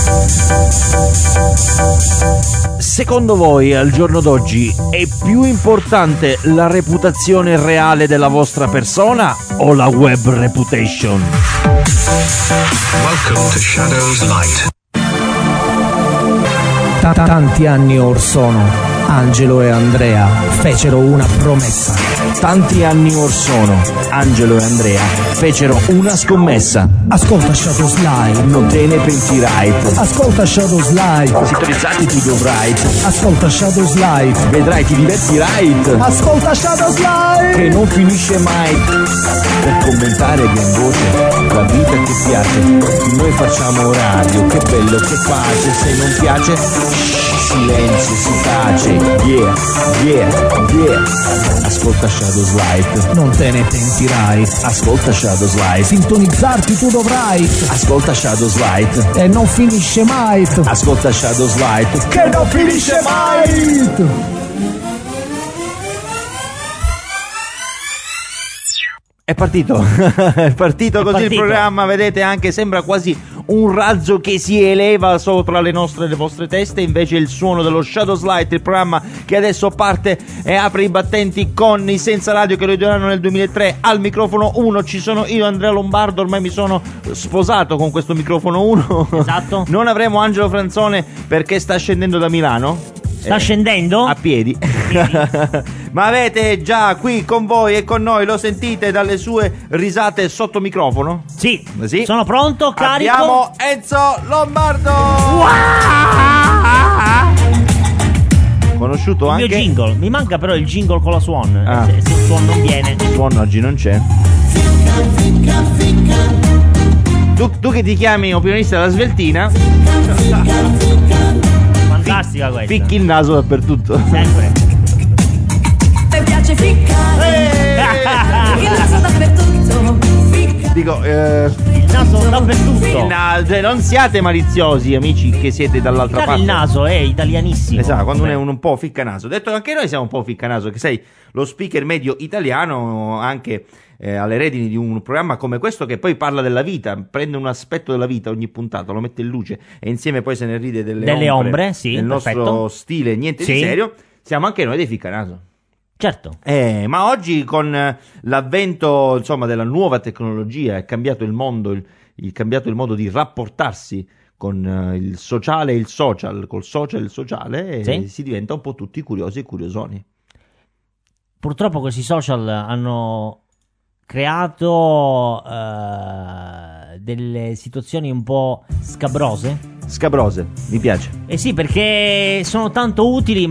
Secondo voi, al giorno d'oggi, è più importante la reputazione reale della vostra persona o la web reputation? Welcome to Shadow's Light. Tanti anni or sono, Angelo e Andrea fecero una promessa. Tanti anni or sono, Angelo e Andrea fecero una scommessa. Ascolta Shadow's Light, Non te ne pentirai. ascolta Shadow's Light, Sintonizzati tu dovrai. ascolta Shadow's Light, Vedrai, ti divertirai. ascolta Shadow's Light. Che non finisce mai. Per commentare a gran voce la vita che piace, noi facciamo radio. Che bello, che pace. Se non piace, silenzio, si tace. Yeah, yeah, yeah. Ascolta Shadow's Light. Non te ne pentirai, Ascolta Shadow's Light. sintonizzarti tu dovrai Ascolta Shadow's Light. e non finisce mai, Ascolta Shadow's Light. che non finisce mai. È partito. È partito così il partito. programma, vedete, anche sembra quasi un razzo che si eleva sopra le vostre teste, invece il suono dello Shadow's Light, il programma che adesso parte e apre i battenti con i Senza Radio che lo idolarono nel 2003. Al microfono 1 ci sono io, Andrea Lombardo, ormai mi sono sposato con questo microfono 1. Esatto. Non avremo Angelo Franzone perché sta scendendo da Milano. Sta scendendo? A piedi. Ma avete già qui con voi e con noi, lo sentite dalle sue risate sotto microfono? Sì. Sì. Sono pronto, carico. Abbiamo Enzo Lombardo. Conosciuto Il anche mio jingle. Mi manca però il jingle con la suon. Ah. Se il suon non viene. Suono oggi non c'è. Tu che ti chiami opinionista della Sveltina, Fantastica questa. picchi il naso dappertutto. Sempre. Mi piace ficcare il naso dappertutto. Dico, Il naso dappertutto. cioè, non siate maliziosi, amici che siete dall'altra Ficcare parte. il naso è italianissimo. Esatto, quando uno è Beh. un po' ficcanaso. Detto che anche noi siamo un po' ficcanaso, che sei lo speaker medio italiano anche alle redini di un programma come questo che poi parla della vita, prende un aspetto della vita ogni puntata, lo mette in luce e insieme poi se ne ride delle ombre, sì, nel perfetto. nostro stile, niente di Sì. serio. Siamo anche noi dei ficcanaso. Certo. Ma oggi con l'avvento, insomma, della nuova tecnologia è cambiato il mondo, cambiato il modo di rapportarsi con il sociale e il social, col social e il sociale, e Sì. si diventa un po' tutti curiosi e curiosoni. Purtroppo questi social hanno creato delle situazioni un po' scabrose. Scabrose, mi piace. Eh sì, perché sono tanto utili,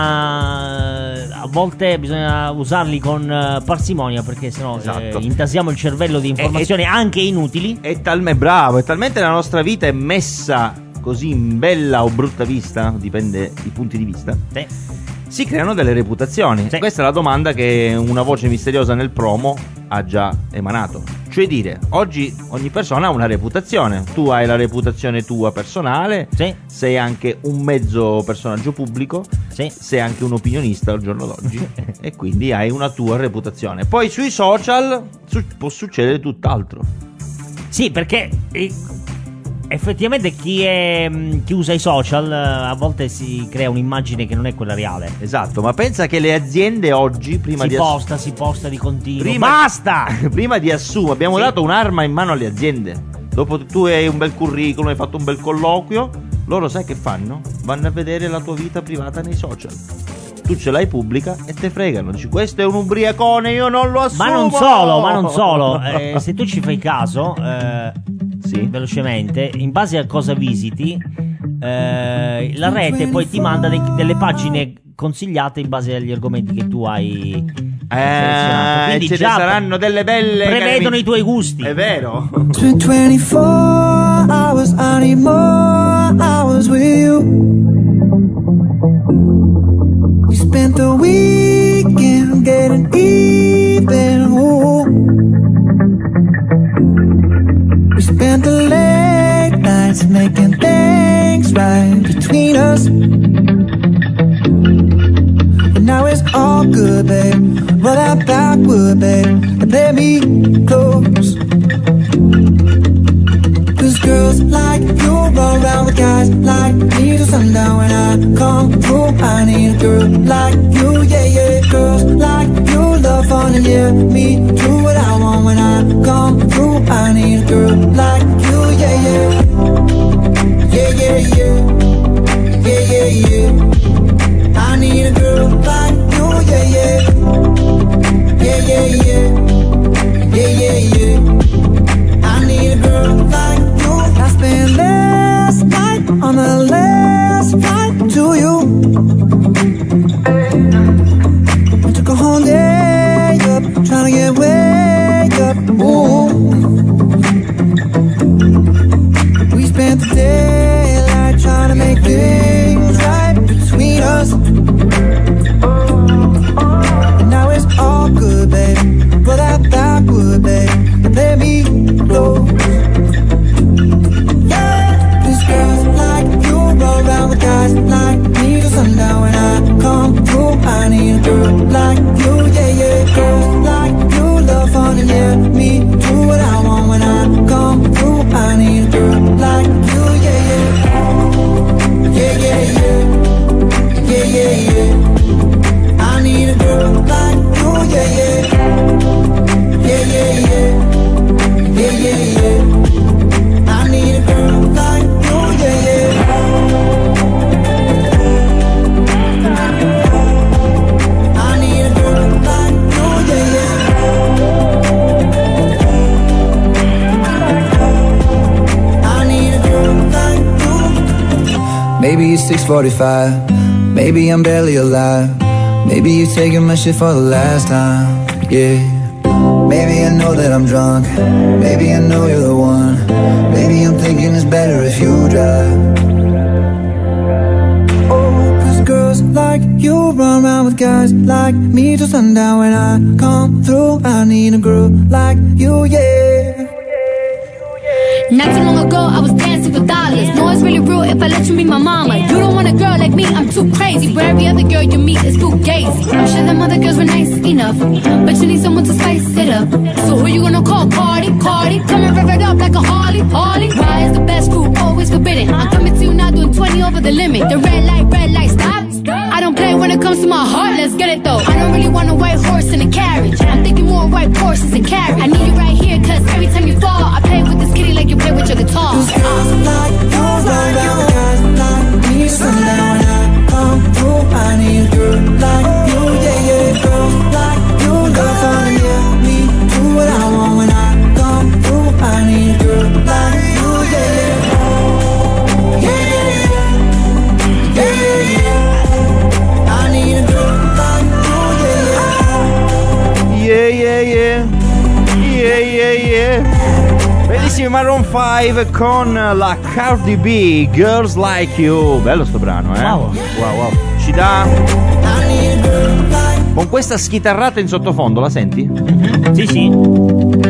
ma a volte bisogna usarli con parsimonia, perché sennò Esatto. intasiamo il cervello di informazioni anche inutili. Bravo, è talmente la nostra vita è messa così in bella o brutta vista, dipende dai punti di vista. Sì. Si creano delle reputazioni. Sì. Questa è la domanda che una voce misteriosa nel promo ha già emanato. Cioè dire, oggi ogni persona ha una reputazione. Tu hai la reputazione tua personale, Sì. sei anche un mezzo personaggio pubblico, Sì. sei anche un opinionista al giorno d'oggi e quindi hai una tua reputazione. Poi sui social può succedere tutt'altro. Sì, perché effettivamente chi usa i social a volte si crea un'immagine che non è quella reale. Esatto, ma pensa che le aziende oggi, prima di Si posta di continuo. Prima- Basta! prima di assumere, abbiamo Sì. dato un'arma in mano alle aziende. Dopo tu hai un bel curriculum, hai fatto un bel colloquio, loro sai che fanno? Vanno a vedere la tua vita privata nei social. Tu ce l'hai pubblica e te fregano. Dici, questo è un ubriacone, io non lo assumo. Ma non solo. Se tu ci fai caso, Sì. velocemente, in base a cosa visiti, la rete poi ti manda delle pagine consigliate in base agli argomenti che tu hai selezionato. Quindi ce ne già saranno delle belle. prevedono i tuoi gusti. È vero. It's been 24 hours, I need more hours with you. We spent the weekend getting even, ooh. We spent the late nights making things right between us. But now it's all good, babe. Roll that backward, babe, and let me close. 'Cause girls like you run around with guys like me till sundown. When I come through, I need a girl like you, yeah, yeah. Girls like you love fun and yeah, me do what I want. When I come through, I need a girl like you, yeah, yeah. Yeah, yeah, yeah. Yeah, yeah, yeah. I need a girl like you, yeah, yeah. Yeah, yeah, yeah. Yeah, yeah, yeah. I need a girl like you. I spent last night on the last flight to you. I took a whole day up, trying to get way up. Ooh. We spent the daylight trying to make things right between us. And now it's all good, baby. Roll that backward, baby, and let me go. Yeah, these girls like you roll around with guys like me till sundown. When I come through, I need a girl like you, yeah, yeah. Girls like you love fun and yeah, me do what I want. When I come through, I need a girl like you, yeah, yeah. Yeah, yeah, yeah. Yeah, yeah, yeah. I need a girl like you, yeah, yeah. Yeah, yeah, yeah. Yeah, yeah, yeah. I need a girl like you, yeah, yeah. I need a girl like you, yeah, yeah. I need a girl like you. Maybe it's 6:45. Maybe I'm barely alive. Maybe you're taking my shit for the last time. Yeah. Maybe I know that I'm drunk. Maybe I know you're the one. Maybe I'm thinking it's better if you drive. Oh, 'cause girls like you run around with guys like me till sundown. When I come through, I need a girl like you, yeah. Not too long ago, I was dancing for dollars. No, it's really real if I let you be my mama. You don't want a girl like me, I'm too crazy. Where every other girl you meet is too gazy. I'm sure them other girls were nice enough, but you need someone to spice it up. So who you gonna call? Cardi? Come and rev it up like a Harley? Why is the best food always forbidden? I'm coming to you now doing 20 over the limit. The red light, stop. I don't play when it comes to my heart, let's get it though. I don't really want a white horse in a carriage. I'm thinking more white horses and carriage. I need you right here, cause every time you fall, I play with this kitty like you play with your guitar. Those girls like you run around with guys like me sundown. When I come through, I need a girl like you, yeah, yeah. Girls like you love fun, yeah, me do what I want. When I come through, I need a girl like you, yeah, yeah. Yeah, yeah, yeah. Yeah, yeah, yeah. I need a girl like you, yeah, Yeah, yeah, yeah. Yeah, yeah, yeah. Bellissimi Maroon 5 con la Cardi B, Girls Like You. Bello sto brano, eh? Wow. Wow. Ci dà con questa schitarrata in sottofondo, la senti? Sì.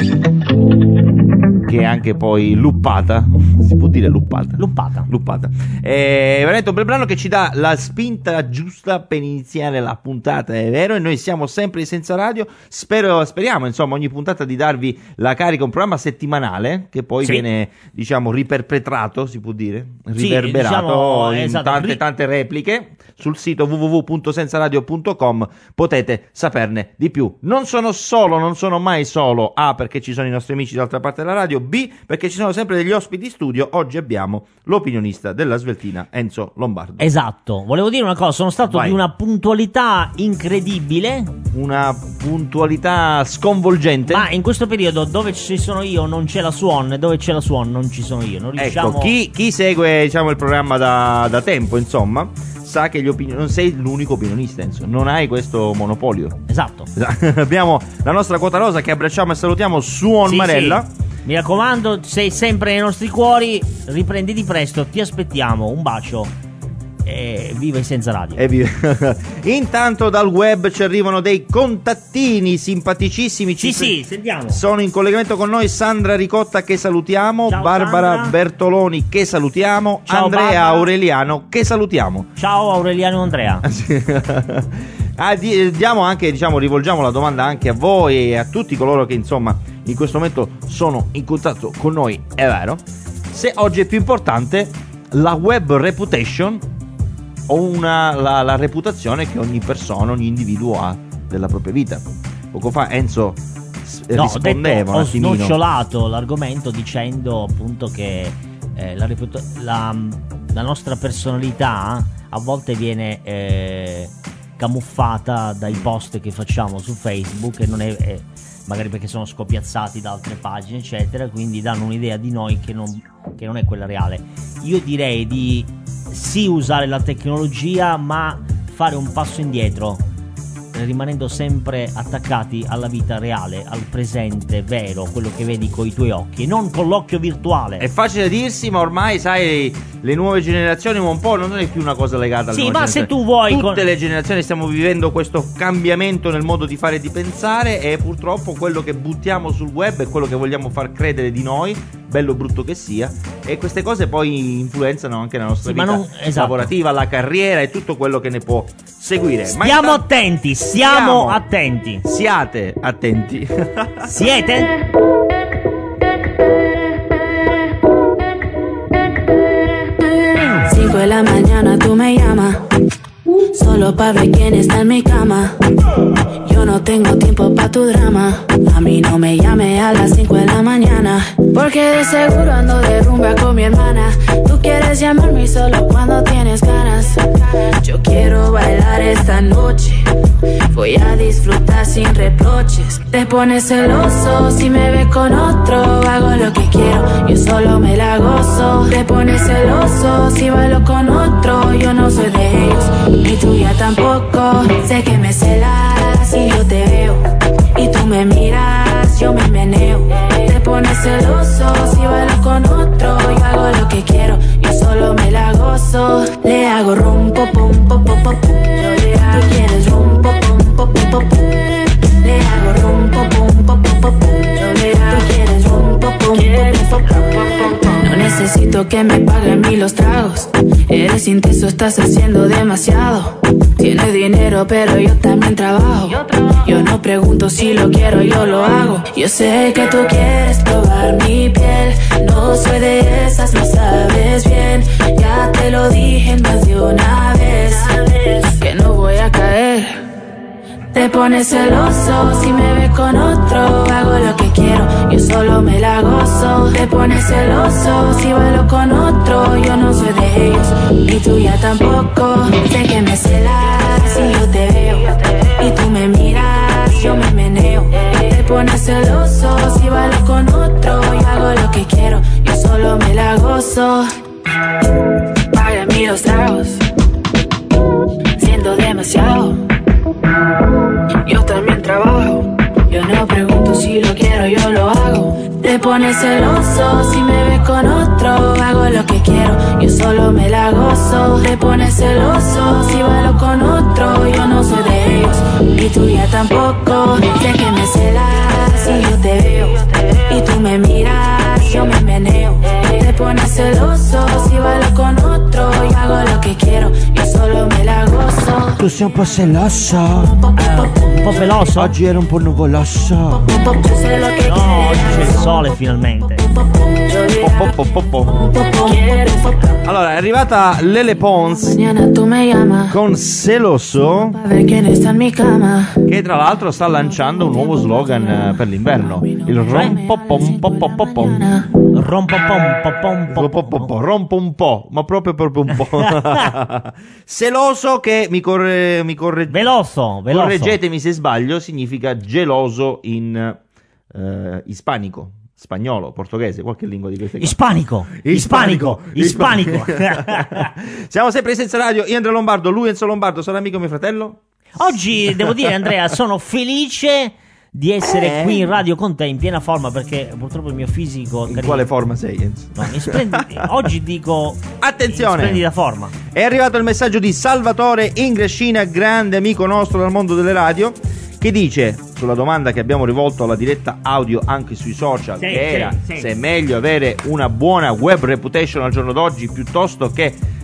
Che è anche poi luppata. Si può dire luppata? Luppata. È veramente un bel brano che ci dà la spinta giusta per iniziare la puntata, è vero? E noi siamo sempre di Senza Radio. Speriamo, insomma, ogni puntata di darvi la carica, un programma settimanale che poi viene, diciamo, riperpetrato, si può dire, riverberato in tante repliche sul sito www.senzaradio.com. Potete saperne di più. Non sono mai solo. A, perché ci sono i nostri amici dall'altra parte della radio. B, perché ci sono sempre degli ospiti in studio. Oggi abbiamo l'opinionista della Sveltina, Enzo Lombardo. Esatto, volevo dire una cosa, sono stato di una puntualità incredibile. Una puntualità sconvolgente. Ma in questo periodo dove ci sono io non c'è la Suon, e dove c'è la Suon non ci sono io. Non riusciamo... Ecco, chi segue, diciamo, il programma da tempo, insomma, sa che non sei l'unico opinionista, insomma, non hai questo monopolio. Esatto. Abbiamo la nostra quota rosa che abbracciamo e salutiamo, Suon Marella. Sì. Mi raccomando, sei sempre nei nostri cuori, riprenditi presto, ti aspettiamo, un bacio e viva i Senza Radio. Intanto dal web ci arrivano dei contattini simpaticissimi. Sì, sentiamo. Sono in collegamento con noi Sandra Ricotta, che salutiamo. Ciao, Barbara Sandra. Bertoloni, che salutiamo. Ciao, Andrea Barbara. Aureliano, che salutiamo. Ciao Aureliano e Andrea. Diamo anche, diciamo, rivolgiamo la domanda anche a voi e a tutti coloro che, insomma, in questo momento sono in contatto con noi, è vero? se oggi è più importante la web reputation o la reputazione che ogni persona, ogni individuo ha della propria vita. Poco fa Enzo rispondeva ho snocciolato l'argomento dicendo appunto che la nostra personalità a volte viene camuffata dai post che facciamo su Facebook, e non è magari perché sono scopiazzati da altre pagine eccetera, quindi danno un'idea di noi che non è quella reale. Io direi di sì usare la tecnologia, ma fare un passo indietro, rimanendo sempre attaccati alla vita reale, al presente vero, quello che vedi con i tuoi occhi, non con l'occhio virtuale. È facile dirsi, ma ormai sai, le nuove generazioni un po' non è più una cosa legata alle nuove generazioni. Se tu vuoi, tutte le generazioni stiamo vivendo questo cambiamento nel modo di fare e di pensare, e purtroppo quello che buttiamo sul web è quello che vogliamo far credere di noi, bello o brutto che sia, e queste cose poi influenzano anche la nostra vita lavorativa, la carriera e tutto quello che ne può seguire. Stiamo attenti. Siate attenti. Siete? 5 de la mañana tú me llamas, solo pa' ver quién está en mi cama. Yo no tengo tiempo pa' tu drama. A mí no me llames a las 5 de la mañana, porque de seguro ando de rumba con mi hermana. Tú quieres llamarme solo cuando tienes ganas. Yo quiero bailar esta noche, voy a disfrutar sin reproches. Te pones celoso si me ves con otro. Hago lo que quiero, yo solo me la gozo. Te pones celoso si bailo con otro. Yo no soy de ellos, ni tuya tampoco. Sé que me celas si yo te veo y tú me miras, yo me meneo. Te pones celoso si bailo con otro. Yo hago lo que quiero, yo solo me la gozo. Le hago rum pum pum pum pum pum. Tú quieres rum pum pum pum pum pum. Le hago rum pum pum pum pum pum. Tú quieres rum pum pum pum pum. No necesito que me paguen ni los tragos. Eres intenso, estás haciendo demasiado. Tienes dinero, pero yo también trabajo. Yo no pregunto si lo quiero, yo lo hago. Yo sé que tú quieres probar mi piel. No soy de esas, lo sabes bien. Ya te lo dije más de una vez, que no voy a caer. Te pones celoso si me ves con otro. Hago lo que quiero, yo solo me la gozo. Te pones celoso si bailo con otro. Yo no soy de ellos, ni tuya tampoco. Sé que me celas si yo te veo y tú me miras, yo me meneo. Te pones celoso si bailo con otro. Yo hago lo que quiero, yo solo me la gozo. Págame los tragos, siendo demasiado. Yo también trabajo, yo no pregunto si lo quiero, yo lo hago. Te pones celoso si me ves con otro. Hago lo que quiero, yo solo me la gozo. Te pones celoso si bailo con otro. Yo no soy de ellos, ni tuya tampoco. Sé que me celas si yo te veo y tú me miras, yo me meneo. Te pones celoso si bailo con otro. Yo hago lo que quiero, yo solo me la gozo. Tu sei un po' celoso, un po' veloce. oggi ero un po' nuvoloso. No, oggi c'è il sole finalmente. Allora, è arrivata Lele Pons con Celoso, che tra l'altro sta lanciando un nuovo slogan per l'inverno, il rompo un po', ma proprio un po'. Celoso, che mi correggetemi se sbaglio, significa geloso in ispanico, spagnolo, portoghese, qualche lingua di queste cose. Ispanico. Siamo sempre in Senza Radio, io Andrea Lombardo, lui Enzo Lombardo, sarà amico mio fratello. Oggi devo dire, Andrea, sono felice di essere qui in radio con te in piena forma, perché purtroppo il mio fisico... In quale forma sei, Enzo? No, oggi dico... Attenzione! In splendida forma. È arrivato il messaggio di Salvatore Ingrescina, grande amico nostro dal mondo delle radio, che dice, sulla domanda che abbiamo rivolto alla diretta audio anche sui social, se è meglio avere una buona web reputation al giorno d'oggi piuttosto che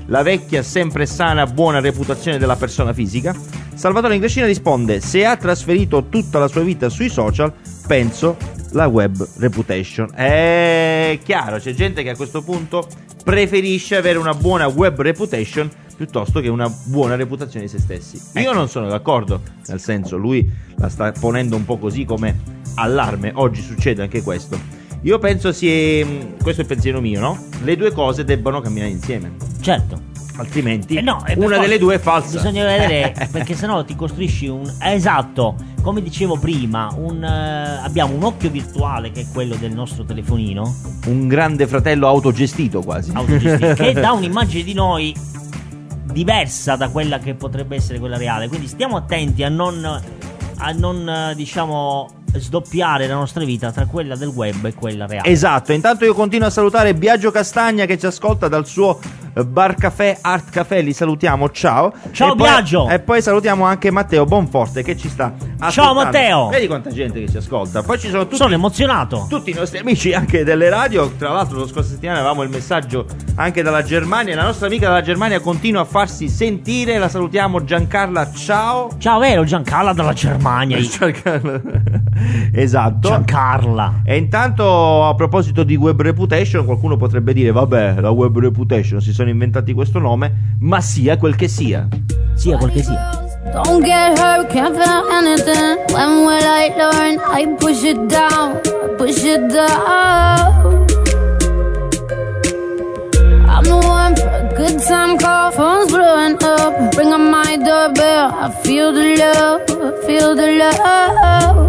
la vecchia sempre sana buona reputazione della persona fisica. Salvatore Ingrescina risponde: se ha trasferito tutta la sua vita sui social, penso la web reputation. È chiaro, c'è gente che a questo punto preferisce avere una buona web reputation piuttosto che una buona reputazione di se stessi. Io non sono d'accordo, nel senso, lui la sta ponendo un po' così come allarme. Oggi succede anche questo. Io penso questo è il pensiero mio, no? Le due cose debbano camminare insieme. Certo. Altrimenti No, una delle due è falsa. Bisogna vedere, perché sennò ti costruisci esatto, come dicevo prima, abbiamo un occhio virtuale che è quello del nostro telefonino, un grande fratello autogestito quasi. Che dà un'immagine di noi diversa da quella che potrebbe essere quella reale. Quindi stiamo attenti a non diciamo sdoppiare la nostra vita tra quella del web e quella reale. Esatto. Intanto io continuo a salutare Biagio Castagna che ci ascolta dal suo bar caffè Art Café. Li salutiamo, ciao Biagio. E poi salutiamo anche Matteo Bonforte che ci sta ascoltando. Ciao Matteo. Vedi quanta gente che ci ascolta. Poi ci sono sono emozionato, tutti i nostri amici anche delle radio. Tra l'altro la scorsa settimana avevamo il messaggio anche dalla Germania. La nostra amica dalla Germania continua a farsi sentire. La salutiamo, Giancarla, ciao. Ciao, vero, Giancarla dalla Germania. Esatto, Giancarla. E intanto, a proposito di web reputation, qualcuno potrebbe dire: vabbè, la web reputation, si sono inventati questo nome, ma sia quel che sia. Sia quel che sia. Don't get hurt, can't feel anything. When will I learn? I push it down, push it down. I'm the one for a good time call. Phone's blowing up, ring on my doorbell. I feel the love, feel the love.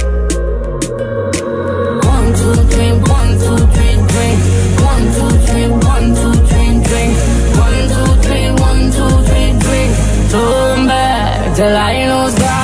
1, 2, 3, 1, 2, 3, drink. 1, 2, 3, 1, 2, 3, drink. 1, 2, 3, 1, 2, 3, drink. Turn back till I lose God.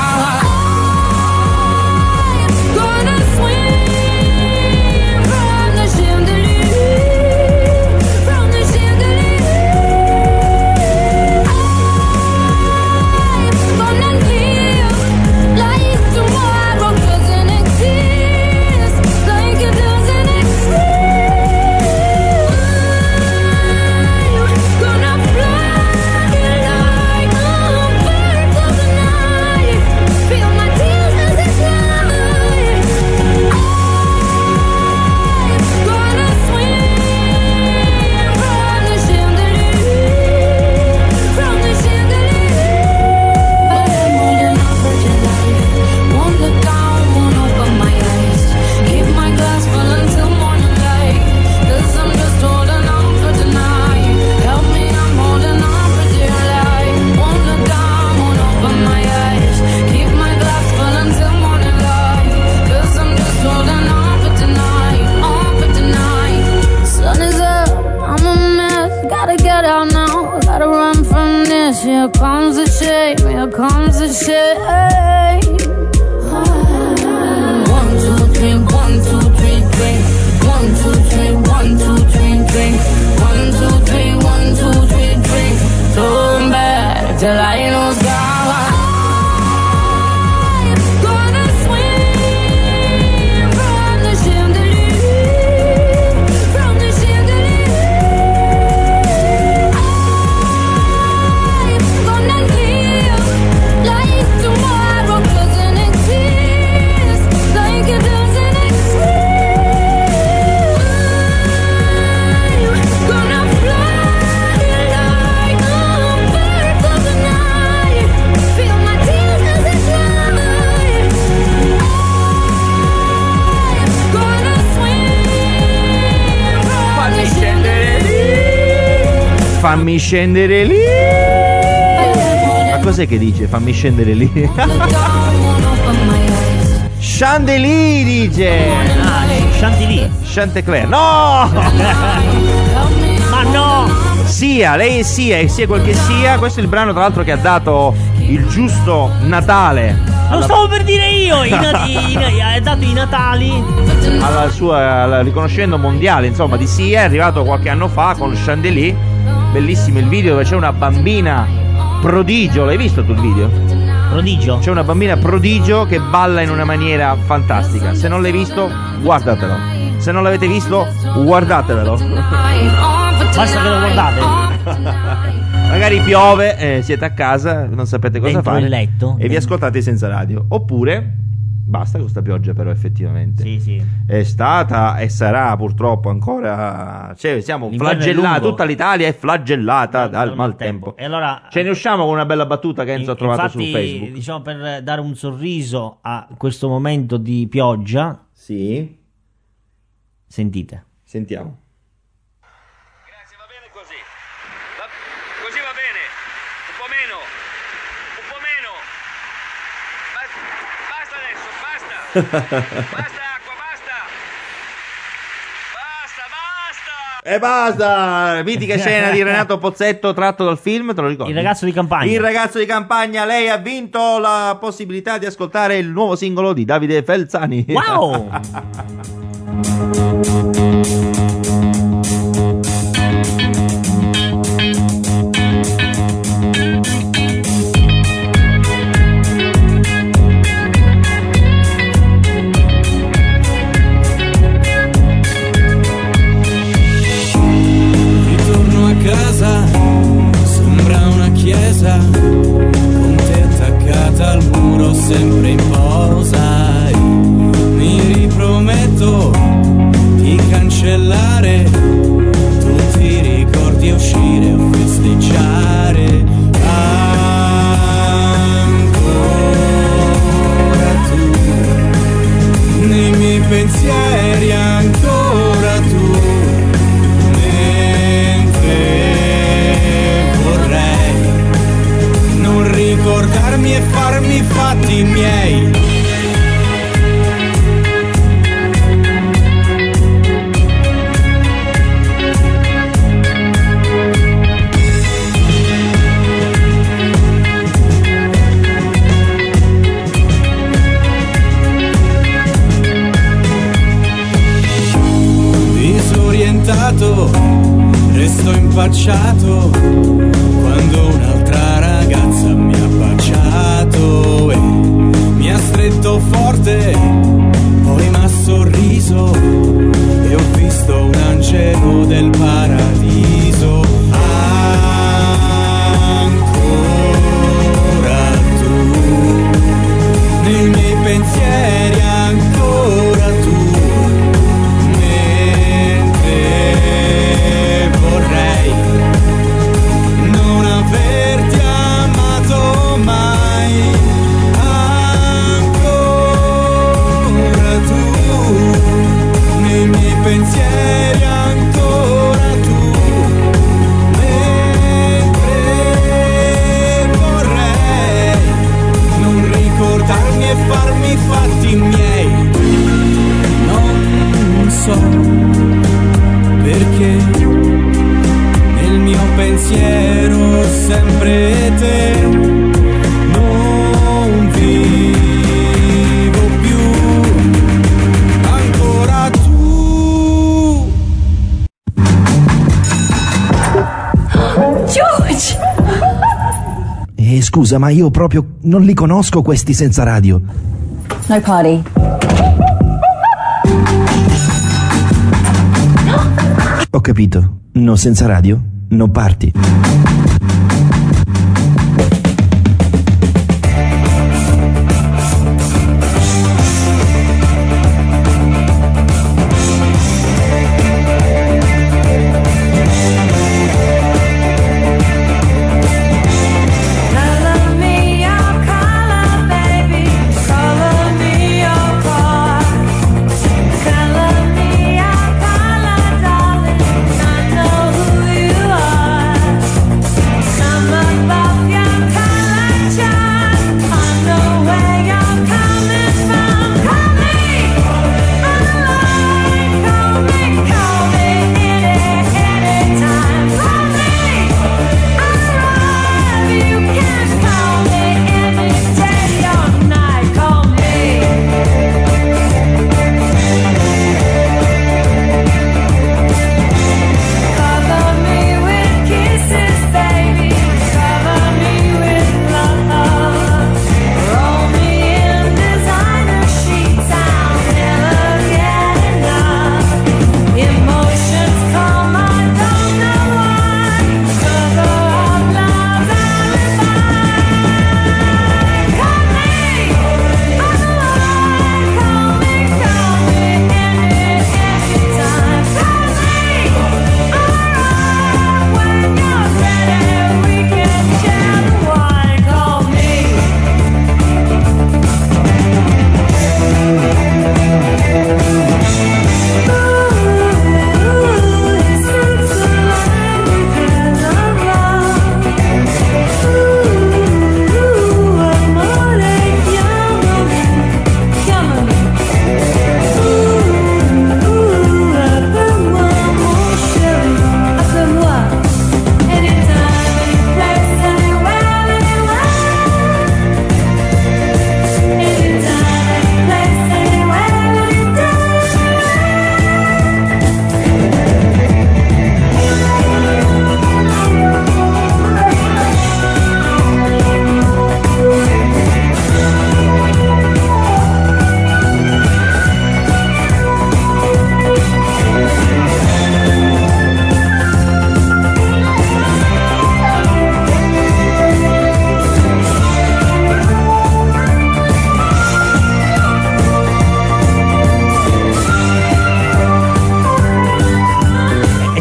Here comes the shame, here comes the shame. 1, 2, 3, 1, 2, 3, drink. 1, 2, 3, 1, 2, 3, drink. 1, 2, 3, 1, 2, 3, drink. Turn back till I lose God. Fammi scendere lì. Ma cos'è che dice? Fammi scendere lì. Chandelier dice. Chantilly. Chantecler. No! Ma no! Sia, lei è sia, e sia quel che sia. Questo è il brano, tra l'altro, che ha dato il giusto Natale. Lo stavo per dire io. Ha dato i Natali alla sua riconoscimento mondiale, insomma, di Sia. È arrivato qualche anno fa con Chandelier. Bellissimo il video dove c'è una bambina prodigio. L'hai visto tu il video? Prodigio? C'è una bambina prodigio che balla in una maniera fantastica. Se non l'hai visto, guardatelo. Se non l'avete visto, guardatevelo. Basta che lo guardate. Magari piove, siete a casa, non sapete cosa Dentro fare il letto. e vi ascoltate senza radio. Oppure basta con sta pioggia, però effettivamente Sì. è stata e sarà purtroppo ancora, cioè siamo L'inverno è flagellati, lungo. tutta l'Italia è flagellata dal maltempo. E allora Ce ne usciamo con una bella battuta che Enzo ha trovato infatti, su Facebook. diciamo, per dare un sorriso a questo momento di pioggia, Sì, sentite. sentiamo. Grazie, va bene così. Così va bene. Un po' meno. Un po' meno. Basta adesso, basta. Basta acqua, basta. Basta. E basta! Mitica scena di Renato Pozzetto tratto dal film, te lo ricordi? Il ragazzo di campagna. Il ragazzo di campagna, lei ha vinto la possibilità di ascoltare il nuovo singolo di Davide Felzani. Wow! Ritorno a casa, sembra una chiesa, con te attaccata al muro, sempre in posa. Mi riprometto di cancellare tutti i ricordi e uscire o festeggiare. Ancora tu, nei miei pensieri ancora tu, mentre vorrei non ricordarmi e farmi i fatti miei. Disorientato, resto impacciato quando un'altra ragazza mi ha baciato e mi ha stretto forte, poi m'ha sorriso e ho visto un angelo del paradiso. Ancora tu, nei miei pensieri ancora tu, vorrei non averti amato mai. Ancora tu, nei miei pensieri ancora tu, mentre vorrei non ricordarmi e farmi i fatti miei. Non so perché nel mio pensiero sempre te, non vivo più ancora tu. George! Scusa, ma io proprio non li conosco questi senza radio. No party. Ho capito. No senza radio, no party.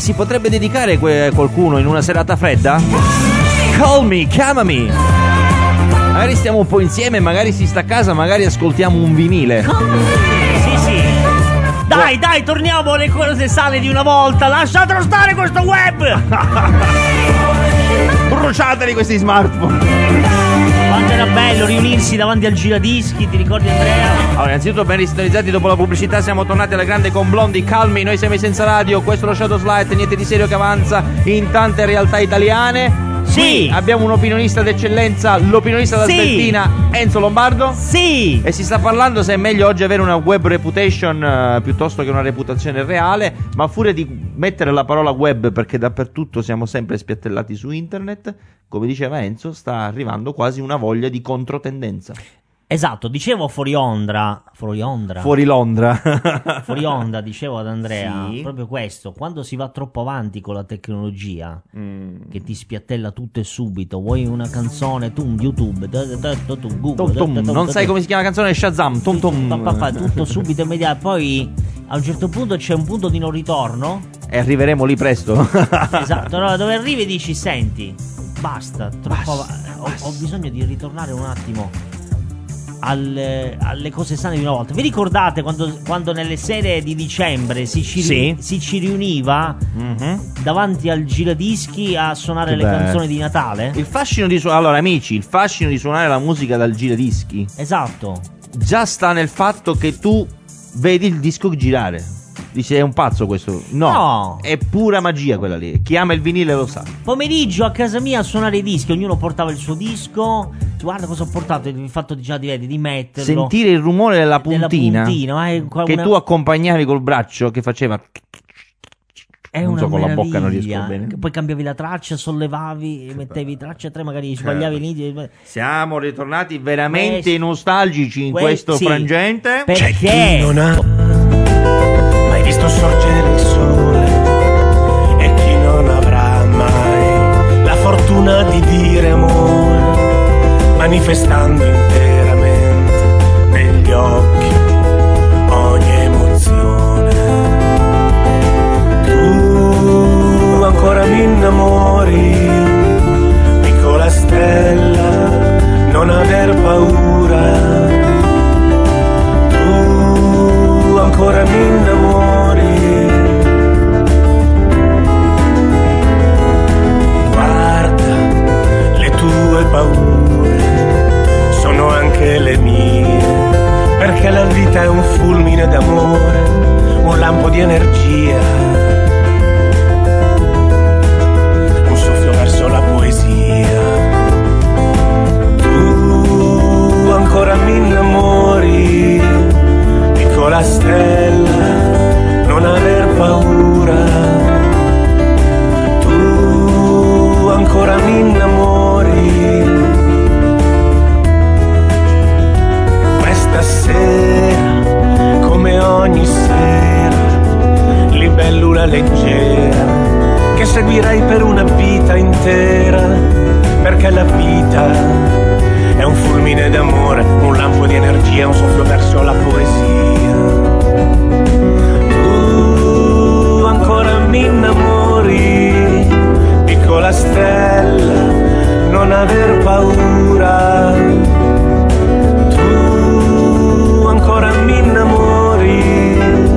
si potrebbe dedicare qualcuno in una serata fredda? Call me, chiamami. Magari stiamo un po' insieme, magari si sta a casa, magari ascoltiamo un vinile. Sì. Dai, torniamo alle cose sane di una volta. Lasciatelo stare questo web. Bruciateli questi smartphone. Quanto era bello riunirsi davanti al giradischi, ti ricordi Andrea? Allora, innanzitutto ben risintonizzati dopo la pubblicità, siamo tornati alla grande con Blondi, Calmi, noi siamo i Senza Radio, questo è lo Shadow Slide, niente di serio che avanza in tante realtà italiane. Sì. Qui abbiamo un opinionista d'eccellenza, l'opinionista da Sveltina, Enzo Lombardo. Sì. E si sta parlando se è meglio oggi avere una web reputation piuttosto che una reputazione reale, ma a furia di mettere la parola web, perché dappertutto siamo sempre spiattellati su internet, come diceva Enzo, sta arrivando quasi una voglia di controtendenza. Esatto, dicevo fuori onda, Fuori Londra. fuori onda, dicevo ad Andrea, Sì. proprio questo, quando si va troppo avanti con la tecnologia, che ti spiattella tutto e subito, vuoi una canzone, tu YouTube, Google, Non sai come si chiama la canzone? Shazam, tutto subito immediato, poi a un certo punto c'è un punto di non ritorno, e arriveremo lì presto. esatto, no, dove arrivi e dici, senti, basta, ho bisogno di ritornare un attimo alle cose sane di una volta. Vi ricordate quando nelle sere di dicembre si ci riuniva davanti al giradischi a suonare le canzoni di Natale? Il fascino di allora amici, il fascino di suonare la musica dal giradischi Esatto. già sta nel fatto che tu vedi il disco girare. Dici è un pazzo questo? No, è pura magia quella lì. Chi ama il vinile lo sa. Pomeriggio a casa mia a suonare i dischi, ognuno portava il suo disco. Guarda cosa ho portato, il fatto di metterlo, sentire il rumore della puntina che tu accompagnavi col braccio che faceva. È non una so, con la meraviglia. bocca non riesco bene. Poi cambiavi la traccia, sollevavi, mettevi traccia 3, magari sbagliavi l'inizio. Siamo ritornati veramente nostalgici in questo frangente. Perché? C'è chi non ha mai visto sorgere il sole e chi non avrà mai la fortuna di dire amore, manifestando interamente negli occhi ogni emozione. Tu ancora mi innamori, piccola stella, non aver paura. Tu ancora mi innamori. Guarda, le tue paure sono anche le mie, perché la vita è un fulmine d'amore, un lampo di energia, un soffio verso la poesia. Tu ancora mi innamori, piccola stella, non aver paura. Tu ancora mi innamori. Questa sera, come ogni sera, libellula leggera, che seguirei per una vita intera, perché la vita è un fulmine d'amore, un lampo di energia, un soffio verso la poesia. Tu ancora mi innamori, piccola stella, non aver paura. Tu ancora mi innamori.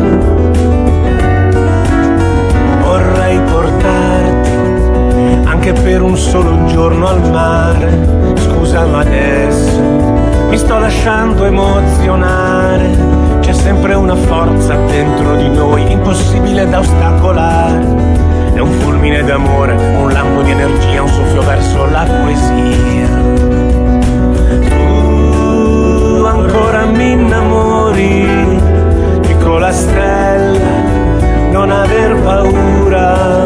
Vorrei portarti anche per un solo giorno al mare. Scusa ma adesso mi sto lasciando emozionare. C'è sempre una forza dentro di noi, impossibile da ostacolare. È un fulmine d'amore, un lampo di energia, un soffio verso la poesia. Tu ancora mi innamori, piccola stella, non aver paura.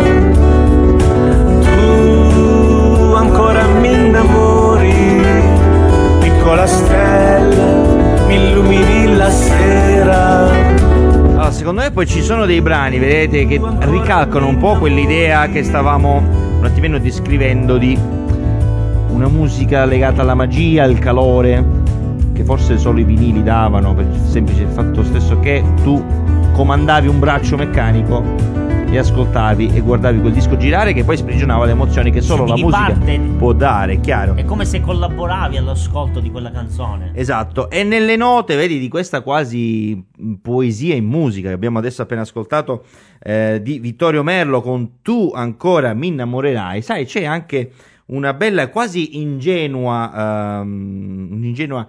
Tu ancora mi innamori, piccola stella, mi illumini la sera. Allora, secondo me poi ci sono dei brani, vedete, che ricalcano un po' quell'idea che stavamo un attimino descrivendo di una musica legata alla magia, al calore, che forse solo i vinili davano, per il semplice fatto stesso che tu comandavi un braccio meccanico e ascoltavi e guardavi quel disco girare che poi sprigionava le emozioni che solo la musica può dare, chiaro. È come se collaboravi all'ascolto di quella canzone. Esatto, e nelle note, vedi, di questa quasi poesia in musica che abbiamo adesso appena ascoltato di Vittorio Merlo con Tu ancora mi innamorerai, sai, c'è anche una bella, quasi ingenua, un'ingenua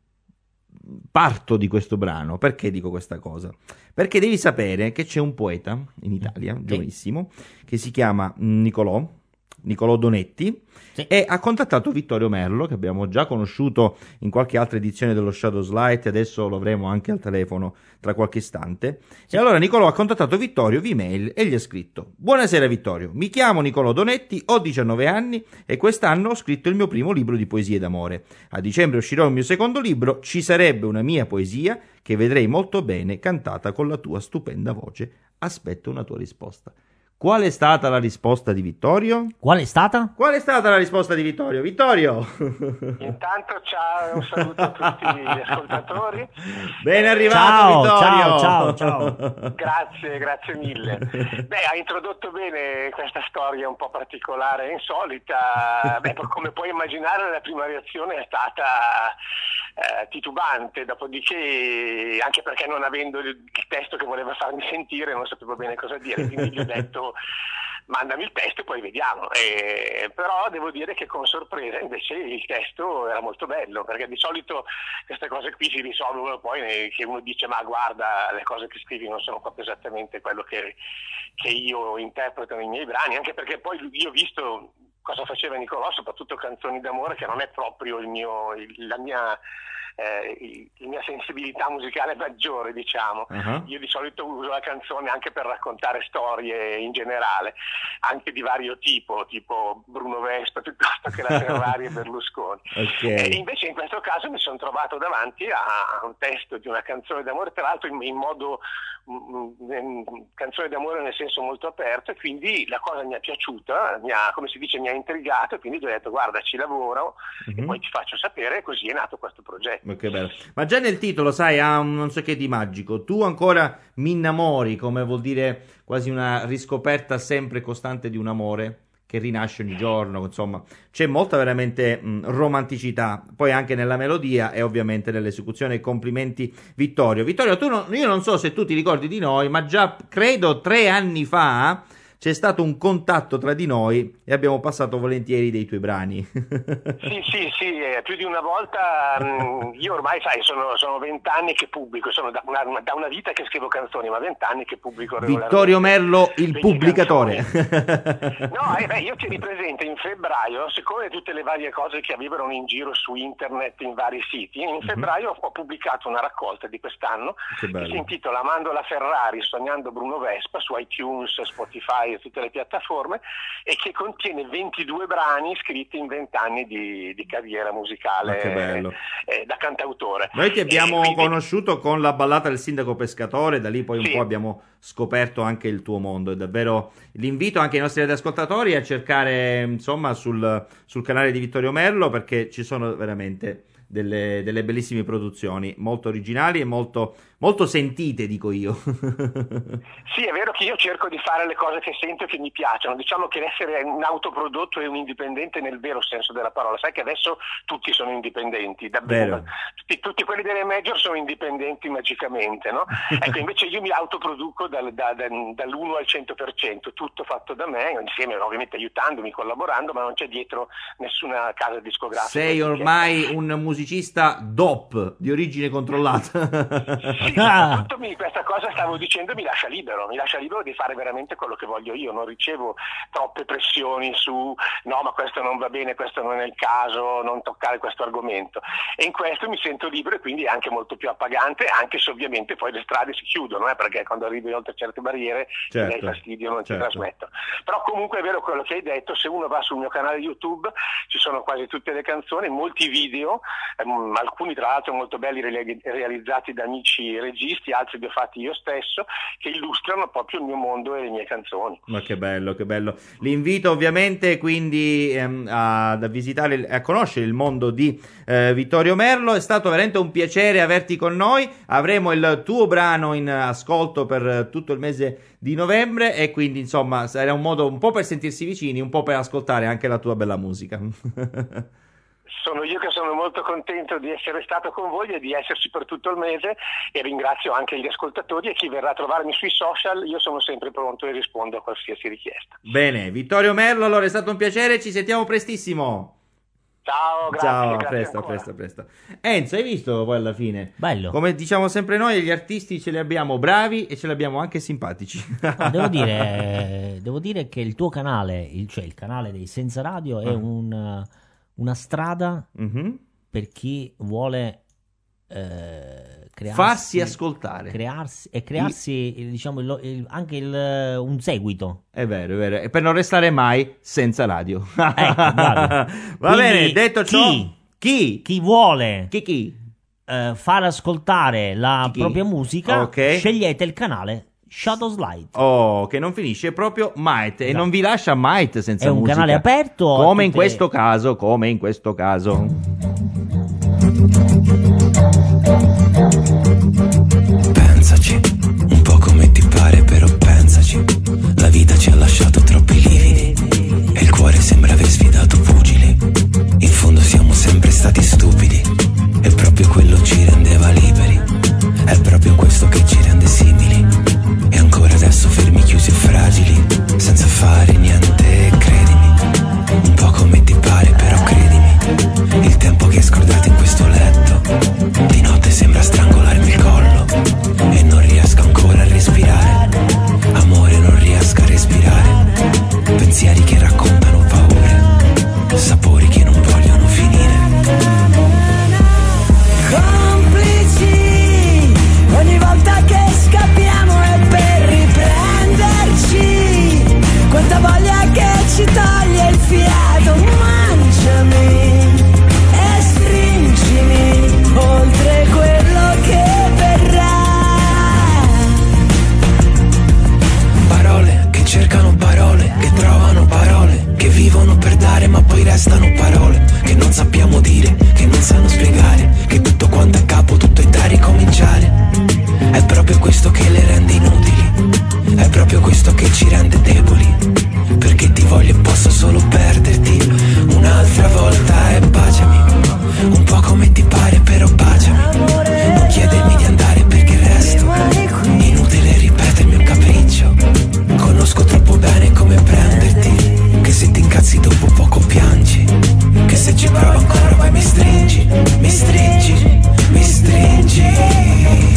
parto di questo brano. Perché dico questa cosa? Perché devi sapere che c'è un poeta in Italia, giovanissimo, che si chiama Nicolò Donetti, e ha contattato Vittorio Merlo, che abbiamo già conosciuto in qualche altra edizione dello Shadows Light, e adesso lo avremo anche al telefono tra qualche istante. E allora Nicolò ha contattato Vittorio via mail e gli ha scritto: buonasera Vittorio, mi chiamo Nicolò Donetti, ho 19 anni e quest'anno ho scritto il mio primo libro di poesie d'amore. A dicembre uscirò il mio secondo libro, ci sarebbe una mia poesia che vedrei molto bene cantata con la tua stupenda voce. Aspetto una tua risposta. Qual è stata la risposta di Vittorio? Qual è stata? Qual è stata la risposta di Vittorio? Vittorio! Intanto ciao, un saluto a tutti gli ascoltatori. Ben arrivato Vittorio! Ciao. Grazie mille. Beh, ha introdotto bene questa storia un po' particolare e insolita. Beh, come puoi immaginare, la prima reazione è stata titubante, dopodiché, anche perché non avendo il testo che voleva farmi sentire non sapevo bene cosa dire, quindi gli ho detto mandami il testo e poi vediamo. Però devo dire che con sorpresa invece il testo era molto bello, perché di solito queste cose qui si risolvono poi che uno dice ma guarda, le cose che scrivi non sono proprio esattamente quello che io interpreto nei miei brani, anche perché poi io ho visto cosa faceva Nicolò, soprattutto canzoni d'amore, che non è proprio la mia sensibilità musicale maggiore, diciamo. Io di solito uso la canzone anche per raccontare storie in generale, anche di vario tipo Bruno Vespa piuttosto che la Ferrari e Berlusconi. E invece in questo caso mi sono trovato davanti a un testo di una canzone d'amore, tra l'altro in modo canzone d'amore nel senso molto aperto, e quindi la cosa mi è piaciuta, come si dice, mi ha intrigato, e quindi gli ho detto guarda, ci lavoro e poi ti faccio sapere, e così è nato questo progetto. Che bello. Ma già nel titolo, sai, ha un non so che di magico. Tu ancora mi innamori, come vuol dire quasi una riscoperta sempre costante di un amore che rinasce ogni giorno, insomma, c'è molta veramente romanticità, poi anche nella melodia e ovviamente nell'esecuzione. Complimenti Vittorio. Vittorio, io non so se tu ti ricordi di noi, ma già credo 3 anni fa c'è stato un contatto tra di noi e abbiamo passato volentieri dei tuoi brani. Sì, più di una volta. Io ormai, sai, sono 20 anni che pubblico, sono da una vita che scrivo canzoni, ma 20 anni che pubblico regolarmente. Vittorio Merlo, il pubblicatore. Io ti ripresento in febbraio, siccome tutte le varie cose che avevano in giro su internet in vari siti, in febbraio ho pubblicato una raccolta di quest'anno che si intitola Amando la Ferrari, sognando Bruno Vespa, su iTunes, Spotify e tutte le piattaforme, e che contiene 22 brani scritti in 20 anni di carriera musicale da cantautore. Noi ti abbiamo conosciuto con la ballata del sindaco pescatore, da lì poi un po' abbiamo scoperto anche il tuo mondo. È davvero l'invito anche ai nostri ascoltatori a cercare, insomma, sul canale di Vittorio Merlo, perché ci sono veramente delle bellissime produzioni, molto originali e molto sentite, dico io. Sì, è vero che io cerco di fare le cose che sento e che mi piacciono. Diciamo che essere un autoprodotto e un indipendente nel vero senso della parola. Sai che adesso tutti sono indipendenti, davvero. Tutti quelli delle major sono indipendenti magicamente, no? Ecco, invece io mi autoproduco dall'1 al 100%, tutto fatto da me, insieme ovviamente aiutandomi, collaborando, ma non c'è dietro nessuna casa discografica. Sei ormai un musicista DOP, di origine controllata. Sì, soprattutto questa cosa, stavo dicendo, mi lascia libero di fare veramente quello che voglio io, non ricevo troppe pressioni su no, ma questo non va bene, questo non è il caso, non toccare questo argomento, e in questo mi sento libero, e quindi è anche molto più appagante, anche se ovviamente poi le strade si chiudono, perché quando arrivi oltre certe barriere mi dai fastidio, non ci trasmetto. Però comunque è vero quello che hai detto, se uno va sul mio canale YouTube ci sono quasi tutte le canzoni, molti video, alcuni tra l'altro molto belli realizzati da amici dei registi, altri li ho fatti io stesso, che illustrano proprio il mio mondo e le mie canzoni. Ma che bello, che bello. L'invito ovviamente quindi a visitare, a conoscere il mondo di Vittorio Merlo. È stato veramente un piacere averti con noi. Avremo il tuo brano in ascolto per tutto il mese di novembre e quindi insomma sarà un modo un po' per sentirsi vicini, un po' per ascoltare anche la tua bella musica. Sono io che sono molto contento di essere stato con voi e di esserci per tutto il mese, e ringrazio anche gli ascoltatori e chi verrà a trovarmi sui social. Io sono sempre pronto e rispondo a qualsiasi richiesta. Bene, Vittorio Merlo, allora è stato un piacere, ci sentiamo prestissimo. Ciao, grazie. Ciao, Grazie a presto. Enzo, hai visto poi alla fine? Bello. Come diciamo sempre noi, gli artisti ce li abbiamo bravi e ce li abbiamo anche simpatici. No, devo dire che il tuo canale, cioè il canale dei Senza Radio, è una strada per chi vuole farsi ascoltare, crearsi diciamo anche un seguito. È vero, e per non restare mai senza radio. Ecco, Va bene, detto ciò, chi vuole far ascoltare la propria musica, scegliete il canale Shadows Light. Che non finisce proprio mai e non vi lascia mai senza musica. È un canale aperto come in questo caso. Pensaci, un po' come ti pare, però pensaci. La vita ci ha lasciato troppi lividi e il cuore sembra aver sfidato pugili. In fondo siamo sempre stati stupidi e proprio quello ci rendeva liberi. È proprio questo che ci rende simili. E ancora adesso fermi, chiusi e fragili, senza fare niente, credimi. Un po' come ti pare, però credimi. Il tempo che hai scordato in questo letto di notte sembra strangolarmi il collo e non riesco ancora a respirare. Amore, non riesco a respirare. Pensieri che raccontano paure, sapori che non vogliono finire. Complici, ogni volta che scappiamo è per riprenderci. Quanta voglia che ci toglie il fiato. Mangiami e stringimi oltre quello che verrà. Parole che cercano parole, che trovano parole, che vivono per dare ma poi restano parole che non sappiamo dire, che non sanno spiegare, che tutto quanto è capo, tutto è da ricominciare. È proprio questo che le rende inutili, è proprio questo che ci rende deboli, perché ti voglio e posso solo perderti un'altra volta. E baciami, un po' come ti pare, però baciami. Non chiedermi di andare perché resto, inutile ripetermi un capriccio. Conosco troppo bene come prenderti, che se ti incazzi dopo poco piangi, che se ci provo ancora poi mi stringi, mi stringi, mi stringi.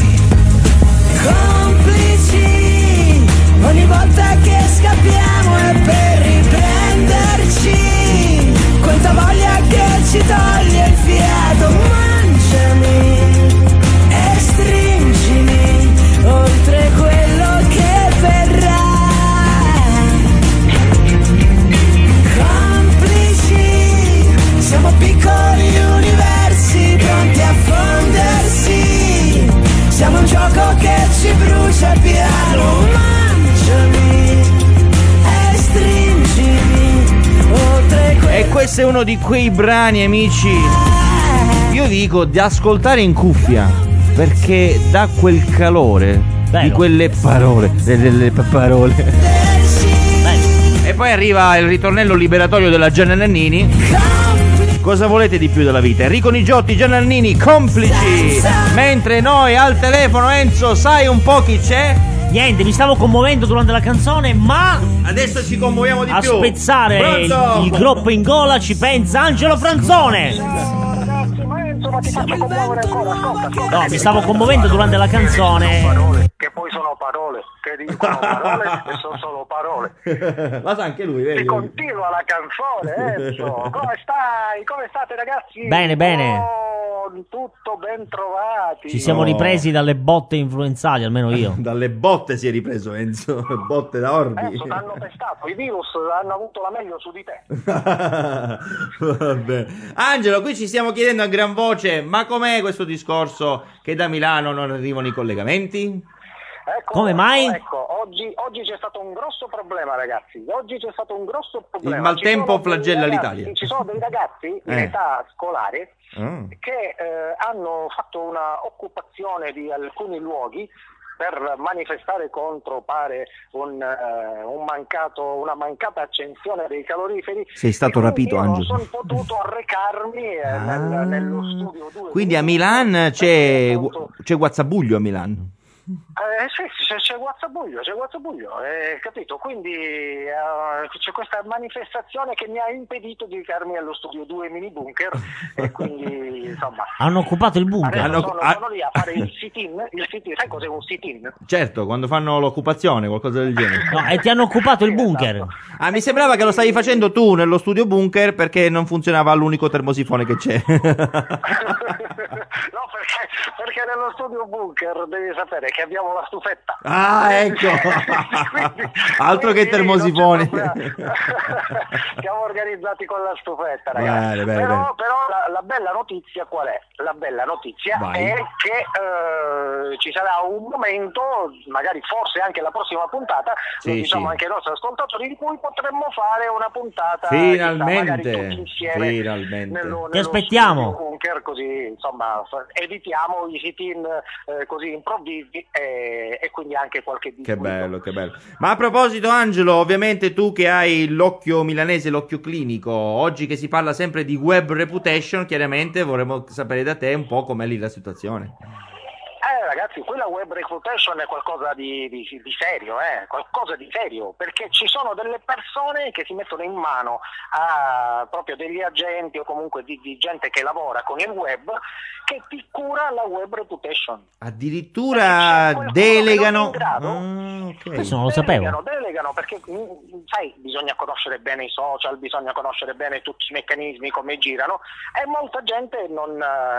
Complici, ogni volta che scappiamo è per riprenderci. Quanta voglia che ci toglie il fiato. Mangiami e stringimi oltre quello che verrà. Complici, siamo piccoli universi pronti a fondersi. Siamo un gioco che ci brucia piano. Mangiami e stringimi oltre quello. E questo è uno di quei brani, amici, io dico di ascoltare in cuffia, perché dà quel calore. Bello. Di quelle parole, delle parole. E poi arriva il ritornello liberatorio della Gianna Nannini. Cosa volete di più dalla vita? Enrico Nigiotti, Gianna Nannini, complici. Mentre noi al telefono, Enzo, sai un po' chi c'è? Niente, mi stavo commuovendo durante la canzone, ma adesso ci commuoviamo di più. A spezzare il groppo in gola ci pensa Angelo Franzone. Ragazzi, ma Enzo, ma ti faccio commuovere ancora, ascolta. No, mi stavo commuovendo durante la canzone. Parole, che poi sono parole, che dicono parole e sono solo parole. Ma sa anche lui, vedi? E continua la canzone, Enzo. Come stai? Come state, ragazzi? Bene, bene. Oh, tutto, ben trovati. Ci siamo ripresi dalle botte influenzali, almeno io. Dalle botte si è ripreso Enzo, botte da orbi. Enzo, t'hanno testato, i virus hanno avuto la meglio su di te. Vabbè. Angelo, qui ci stiamo chiedendo a gran voce, ma com'è questo discorso che da Milano non arrivano i collegamenti? Come mai? Ecco, oggi c'è stato un grosso problema, ragazzi. Oggi c'è stato un grosso problema. Il maltempo flagella l'Italia. Ci sono dei ragazzi in età scolare che hanno fatto una occupazione di alcuni luoghi per manifestare contro, pare, una mancata accensione dei caloriferi. Sei stato rapito, Angelo. Non sono potuto arrecarmi nello studio 2. Quindi a Milan c'è Guazzabuglio a Milano. Sì, c'è Guazzabuglio, capito? Quindi c'è questa manifestazione che mi ha impedito di recarmi allo studio 2 mini bunker e quindi insomma hanno occupato il bunker. Sono lì a fare il sit-in. Sai cos'è un sit-in? Certo, quando fanno l'occupazione, qualcosa del genere. No, e ti hanno occupato il bunker. Esatto. Mi sembrava che lo stavi facendo tu nello studio bunker perché non funzionava l'unico termosifone che c'è. No, perché nello studio bunker devi sapere che abbiamo la stufetta. Ah, ecco. Altro che termosifoni. Siamo organizzati con la stufetta, ragazzi. Bene. Però la bella notizia qual è? La bella notizia è che ci sarà un momento, magari forse anche la prossima puntata, lo diciamo anche ai nostri ascoltatori, di cui potremmo fare una puntata finalmente, tutti insieme nello ti aspettiamo bunker, così insomma evitiamo i sit-in così improvvisi e quindi anche qualche disguido. Che bello. Ma a proposito, Angelo, ovviamente tu che hai l'occhio milanese, l'occhio clinico, oggi che si parla sempre di web reputation, chiaramente vorremmo sapere da te un po' com'è lì la situazione. Ragazzi, quella web reputation è qualcosa di serio, qualcosa di serio, perché ci sono delle persone che si mettono in mano a proprio degli agenti o comunque di gente che lavora con il web che ti cura la web reputation. Addirittura delegano. Questo non lo sapevo. Delegano perché sai, bisogna conoscere bene i social, bisogna conoscere bene tutti i meccanismi, come girano, e molta gente non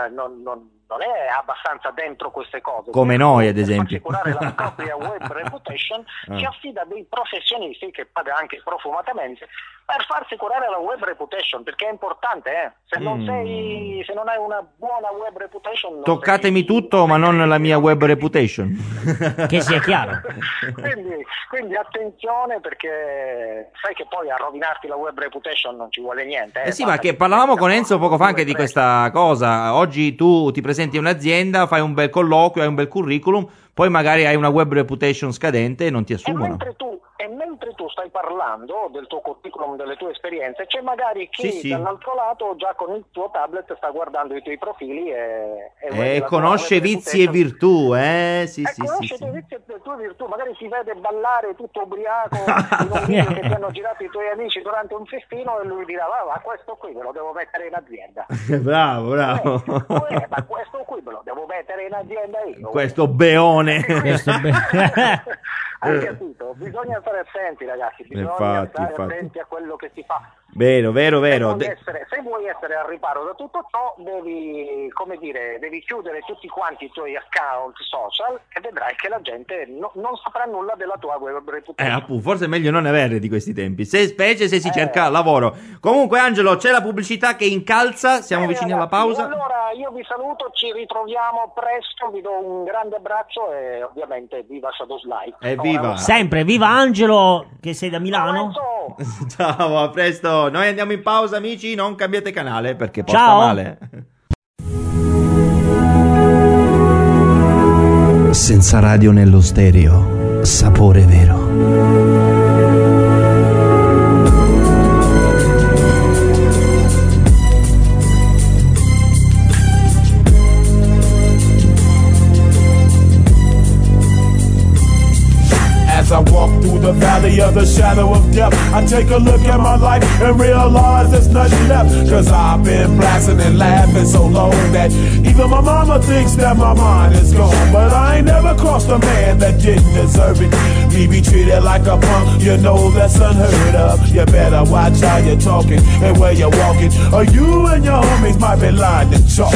è abbastanza dentro queste cose. Come noi, ad esempio. Per assicurare la propria web reputation si affida a dei professionisti che paga anche profumatamente per farsi curare la web reputation, perché è importante, se non hai una buona web reputation toccatemi tutto, ma non la mia web reputation. Che sia chiaro. Quindi attenzione, perché sai che poi a rovinarti la web reputation non ci vuole niente. Sì, ma che parlavamo con Enzo poco fa anche di questa cosa. Oggi tu ti presenti a un'azienda, fai un bel colloquio, hai un bel curriculum, poi magari hai una web reputation scadente e non ti assumono. E mentre tu stai parlando del tuo curriculum, delle tue esperienze, c'è magari chi dall'altro lato già con il tuo tablet sta guardando i tuoi profili e conosce vizi e virtù, conosce i vizi e le tue virtù, magari si vede ballare tutto ubriaco in un video che ti hanno girato i tuoi amici durante un festino e lui dirà ma questo qui me lo devo mettere in azienda. Bravo. Ma questo qui me lo devo mettere in azienda io. Questo beone. Hai capito? Bisogna stare attenti, ragazzi, bisogna stare attenti a quello che si fa. Vero. Se vuoi essere al riparo da tutto ciò, devi chiudere tutti quanti i tuoi account social e vedrai che la gente non saprà nulla della tua web reputation. Forse è meglio non avere di questi tempi, specie se si cerca lavoro. Comunque, Angelo, c'è la pubblicità che incalza, siamo vicini alla pausa. Allora io vi saluto, ci ritroviamo presto, vi do un grande abbraccio e ovviamente viva Shadows Light. Evviva! Sempre, viva Angelo, che sei da Milano. Ciao, a presto. Noi andiamo in pausa, amici, non cambiate canale perché porta male. Senza radio nello stereo, sapore vero. I walk through the valley of the shadow of death, I take a look at my life and realize there's nothing left. Cause I've been blasting and laughing so long that even my mama thinks that my mind is gone. But I ain't never crossed a man that didn't deserve it. Me be treated like a punk, you know that's unheard of. You better watch how you're talking and where you're walking, or you and your homies might be lying to chalk.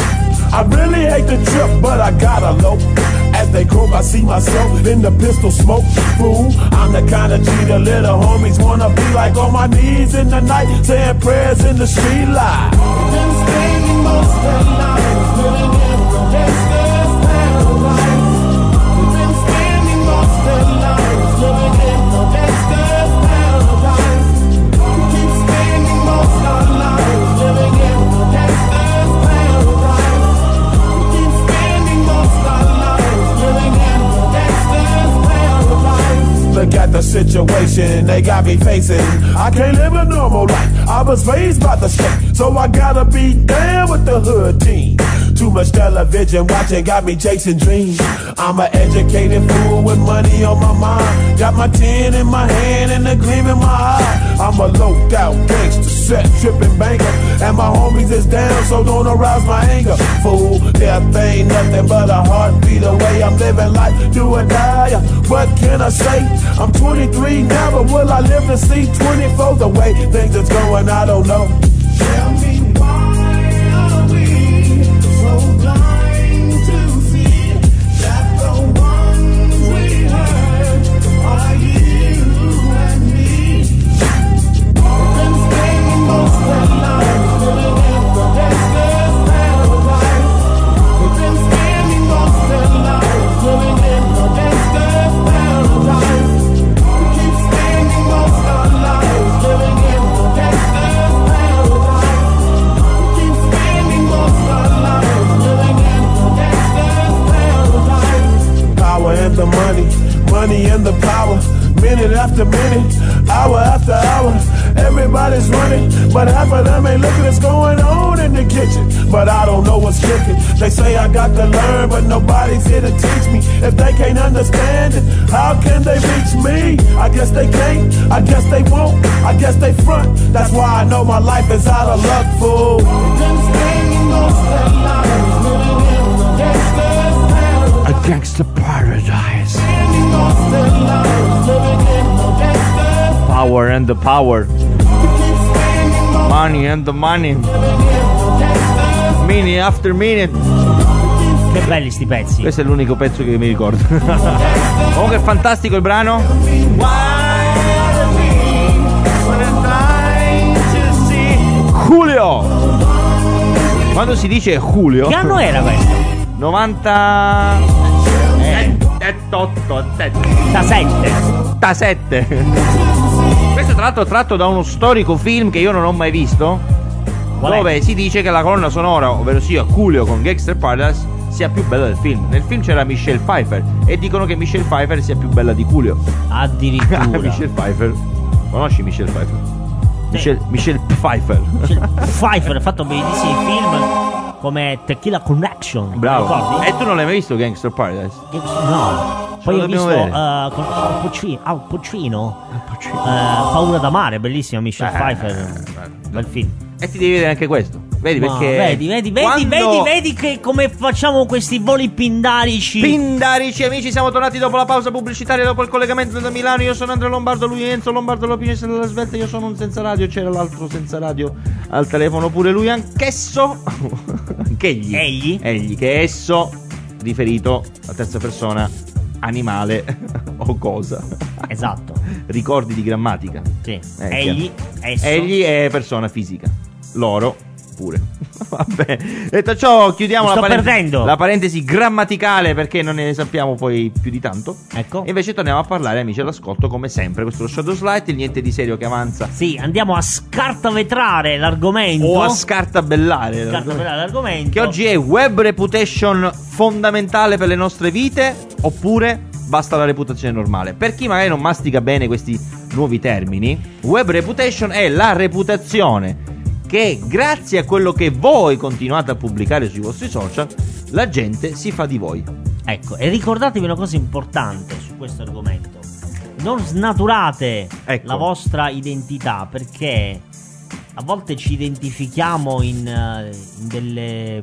I really hate the trip, but I gotta low. As they croak, I see myself in the pistol smoke. Fool, I'm the kind of G the little homies wanna be like, on my knees in the night, saying prayers in the street light. Been spending most of their lives living in the gangster's paradise. We've been spending most of their lives living in the gangster's paradise. We keep spending most of our lives living in the gangster's paradise. We keep spending most of our lives living in the gangster's paradise. Look at the situation they got me facing. I can't live a normal life. I was raised by the state, so I gotta be down with the hood team. Too much television watching got me chasing dreams. I'm an educated fool with money on my mind. Got my tin in my hand and a gleam in my eye. I'm a loped out gangster, set tripping banker, and my homies is down, so don't arouse my anger. Fool, death ain't nothing but a heartbeat away. I'm living life, do or die. What can I say? I'm 23 now, but will I live to see 24? The way things is going, I don't know. Tell me why are we so blind to see that the ones we hurt are you and me? We've been spending most of our lives living in the gangster's paradise. We've been spending most of our lives living in the gangster's paradise. We keep spending most of our lives living in the gangster's paradise. We keep spending most of our lives living in the gangster's paradise. Power and the money and the power. Minute after minute, hour after hour, everybody's running, but half of them ain't looking what's going on in the kitchen. But I don't know what's cooking. They say I got to learn, but nobody's here to teach me. If they can't understand it, how can they reach me? I guess they can't, I guess they won't, I guess they front. That's why I know my life is out of luck, fool. We've been spending most of their lives living in the gangster's paradise. A gangster paradise. Spending most of their lives living in the gangster's Power and the power. Money and the money. Minute after minute. Che belli sti pezzi. Questo è l'unico pezzo che mi ricordo. Comunque è fantastico il brano. Julio. Quando si dice Julio. Che anno era questo? 97. Questo è tratto da uno storico film che io non ho mai visto. Dove si dice che la colonna sonora, ovvero sia Julio con Gangster Paradise, sia più bella del film. Nel film c'era Michelle Pfeiffer e dicono che Michelle Pfeiffer sia più bella di Julio. Addirittura. Michelle Pfeiffer. Conosci Michelle Pfeiffer? Sì. Michelle Pfeiffer. Pfeiffer ha fatto bellissimi film come Tequila Connection. Bravo. Ricordi? E tu non l'hai mai visto Gangster Paradise? No. Poi ho visto con Al Pacino. Paura d'amare, bellissima Michelle Pfeiffer. Bel film. E ti devi vedere anche questo. Vedi perché Vedi che come facciamo questi voli pindarici. Pindarici, amici, siamo tornati dopo la pausa pubblicitaria, dopo il collegamento da Milano. Io sono Andrea Lombardo, lui è Enzo Lombardo, l'opinione della Svelta. Io sono un senza radio, c'era l'altro senza radio al telefono, pure lui anch'esso. Anch'egli. Egli, che esso riferito a terza persona, animale o cosa. Esatto. Ricordi di grammatica. Sì. Egli, esso. Egli è persona fisica. Loro pure. Vabbè. Detto ciò, chiudiamo la parentesi grammaticale, perché non ne sappiamo poi più di tanto. Ecco. E invece torniamo a parlare, amici all'ascolto, come sempre. Questo è lo Shadow Slide, il niente di serio che avanza. Sì, andiamo a scartavetrare l'argomento. O a scartabellare l'argomento. Che oggi è web reputation fondamentale per le nostre vite, oppure basta la reputazione normale. Per chi magari non mastica bene questi nuovi termini, web reputation è la reputazione che, grazie a quello che voi continuate a pubblicare sui vostri social, la gente si fa di voi. Ecco, e ricordatevi una cosa importante su questo argomento: non snaturate la vostra identità, perché a volte ci identifichiamo in delle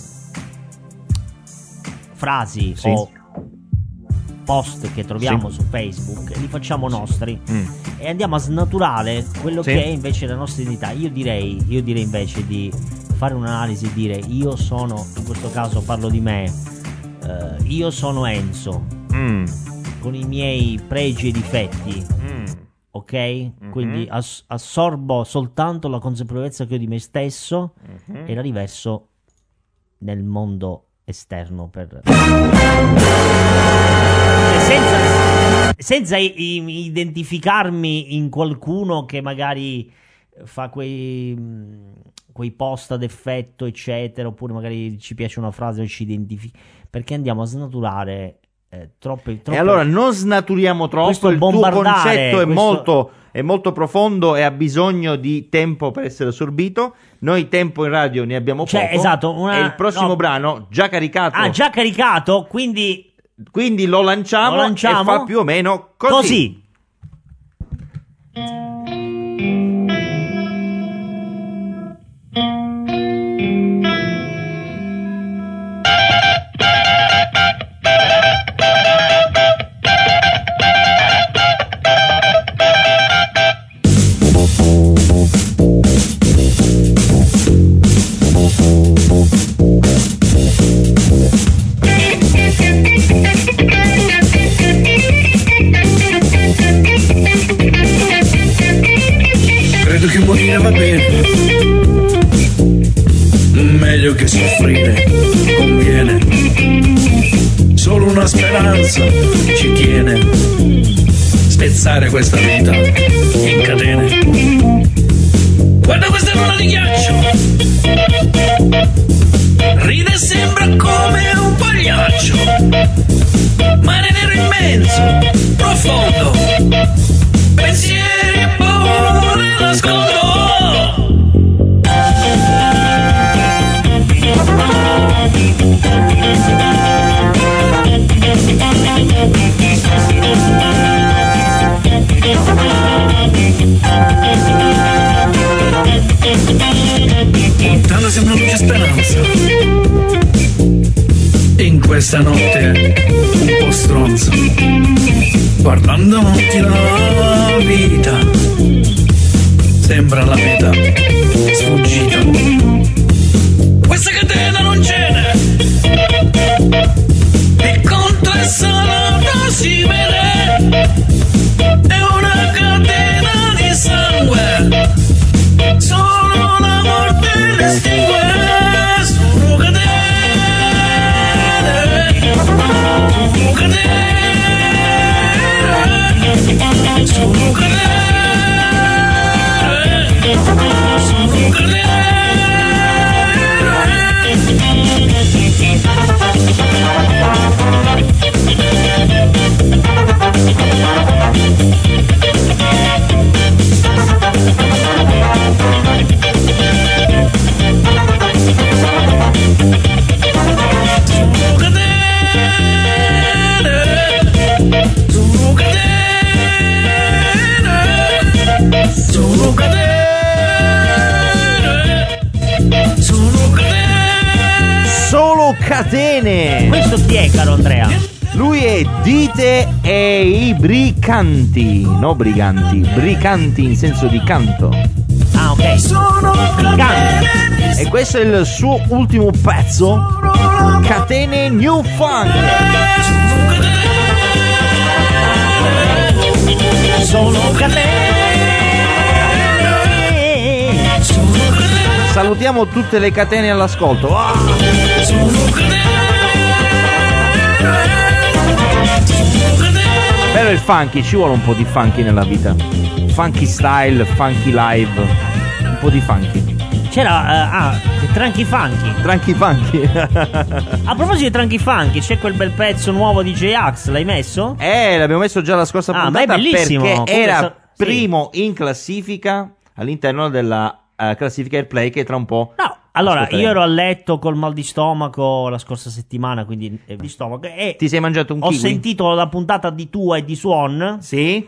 frasi o post che troviamo su Facebook e li facciamo nostri e andiamo a snaturare quello che è invece la nostra identità. Io direi invece di fare un'analisi e dire io sono, in questo caso parlo di me, io sono Enzo con i miei pregi e difetti, ok? Quindi assorbo soltanto la consapevolezza che ho di me stesso e la riverso nel mondo esterno senza identificarmi in qualcuno che magari fa quei post ad effetto, eccetera, oppure magari ci piace una frase o ci identifica, perché andiamo a snaturare troppe. E allora non snaturiamo troppo, il tuo concetto è molto profondo e ha bisogno di tempo per essere assorbito. Noi tempo in radio ne abbiamo poco. Esatto, e il prossimo brano già caricato. Già caricato, quindi lo lanciamo e fa più o meno così. Credo che morire va bene, meglio che soffrire conviene. Solo una speranza ci tiene, spezzare questa vita in catene. Guarda questa luna di ghiaccio, ride e sembra come un pagliaccio, mare nero immenso, profondo, pensieri e paure nascondo. Lontano sembra luce speranza, in questa notte un po' stronza, guardando avanti la vita, sembra la metà sfuggita. Questa catena non cede, il conto è salato, si vede, è una catena di sangue, solo la morte le estingue. Sono catene, sono catene, sono catene, sono catene. Solo catene. Questo chi è, caro Andrea? Lui è Dite e i Bricanti. No briganti, bricanti in senso di canto. Ah, ok. Sono e questo è il suo ultimo pezzo, Catene New Funk. Sono catene. Salutiamo tutte le catene all'ascolto. Però il funky, ci vuole un po' di funky nella vita. Funky style, funky live, un po' di funky. C'era Tranchi Funky. Tranchi Funky. A proposito di Tranchi Funky, c'è quel bel pezzo nuovo di J-Ax, l'hai messo? L'abbiamo messo già la scorsa puntata, ma è bellissimo. perché era primo in classifica all'interno della classifica Airplay che tra un po'. No, allora io ero a letto col mal di stomaco la scorsa settimana, quindi di stomaco, e ti sei mangiato un kiwi? Ho sentito la puntata di tua e di Swan. Sì.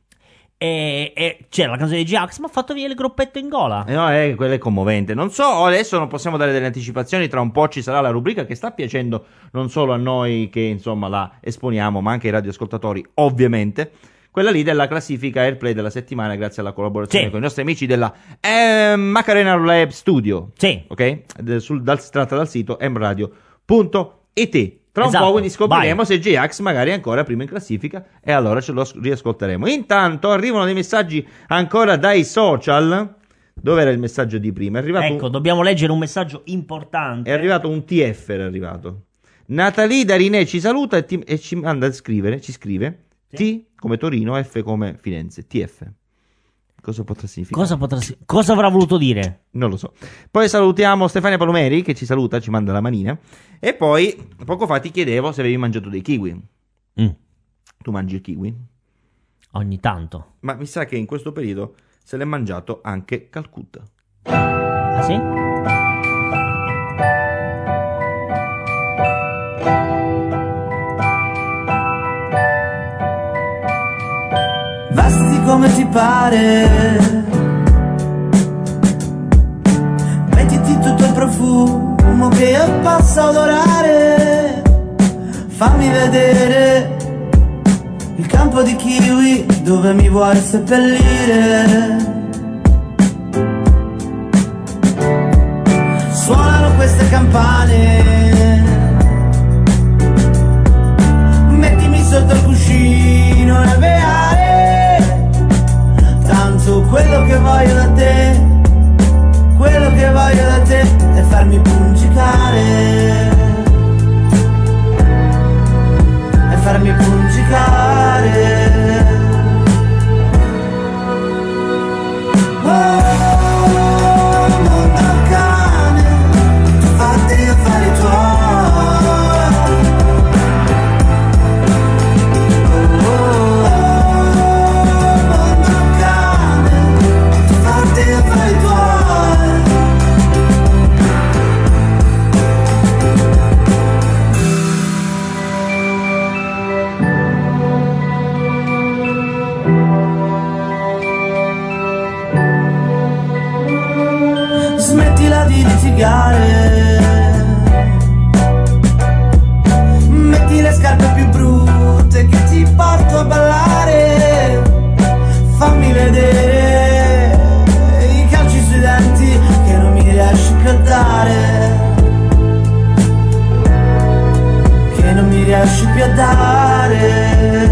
E c'era la canzone di J-Ax, mi ha fatto venire il groppetto in gola. No, quello è commovente. Non so, adesso non possiamo dare delle anticipazioni. Tra un po' ci sarà la rubrica che sta piacendo non solo a noi che insomma la esponiamo, ma anche ai radioascoltatori, ovviamente. quella lì della classifica Airplay della settimana, grazie alla collaborazione Sì. con i nostri amici della Macarena Lab Studio. Sì. Ok? Si tratta dal sito mradio.it. Tra un Esatto, po' quindi scopriremo vai. se J-Ax magari è ancora prima in classifica e allora ce lo riascolteremo. Intanto arrivano dei messaggi ancora dai social. Dove era il messaggio di prima? È arrivato Ecco, dobbiamo leggere un messaggio importante. è arrivato un TF, è arrivato. Natalì da Rinè ci saluta e ci manda a scrivere, ci scrive T come Torino, F come Firenze, TF. Cosa potrà significare? Cosa avrà voluto dire? Non lo so. Poi salutiamo Stefania Palomeri che ci saluta, ci manda la manina. E poi, poco fa ti chiedevo se avevi mangiato dei kiwi. Tu mangi il kiwi? Ogni tanto. Ma mi sa che in questo periodo se l'è mangiato anche Calcutta. Ah sì? Vesti come ti pare, mettiti tutto il profumo che io possa odorare. Fammi vedere il campo di kiwi dove mi vuoi seppellire. Suonano queste campane, mettimi sotto il cuscino e alveare. Tanto quello che voglio da te, quello che voglio da te è farmi pungicare, è farmi pungicare. Oh, mondo cane, fatti affari tuoi. Oh, mondo cane, fatti affari tuoi. Smettila di litigare, metti le scarpe più brutte che ti porto a ballare. Fammi vedere i calci sui denti che non mi riesci più a dare, che non mi riesci più a dare.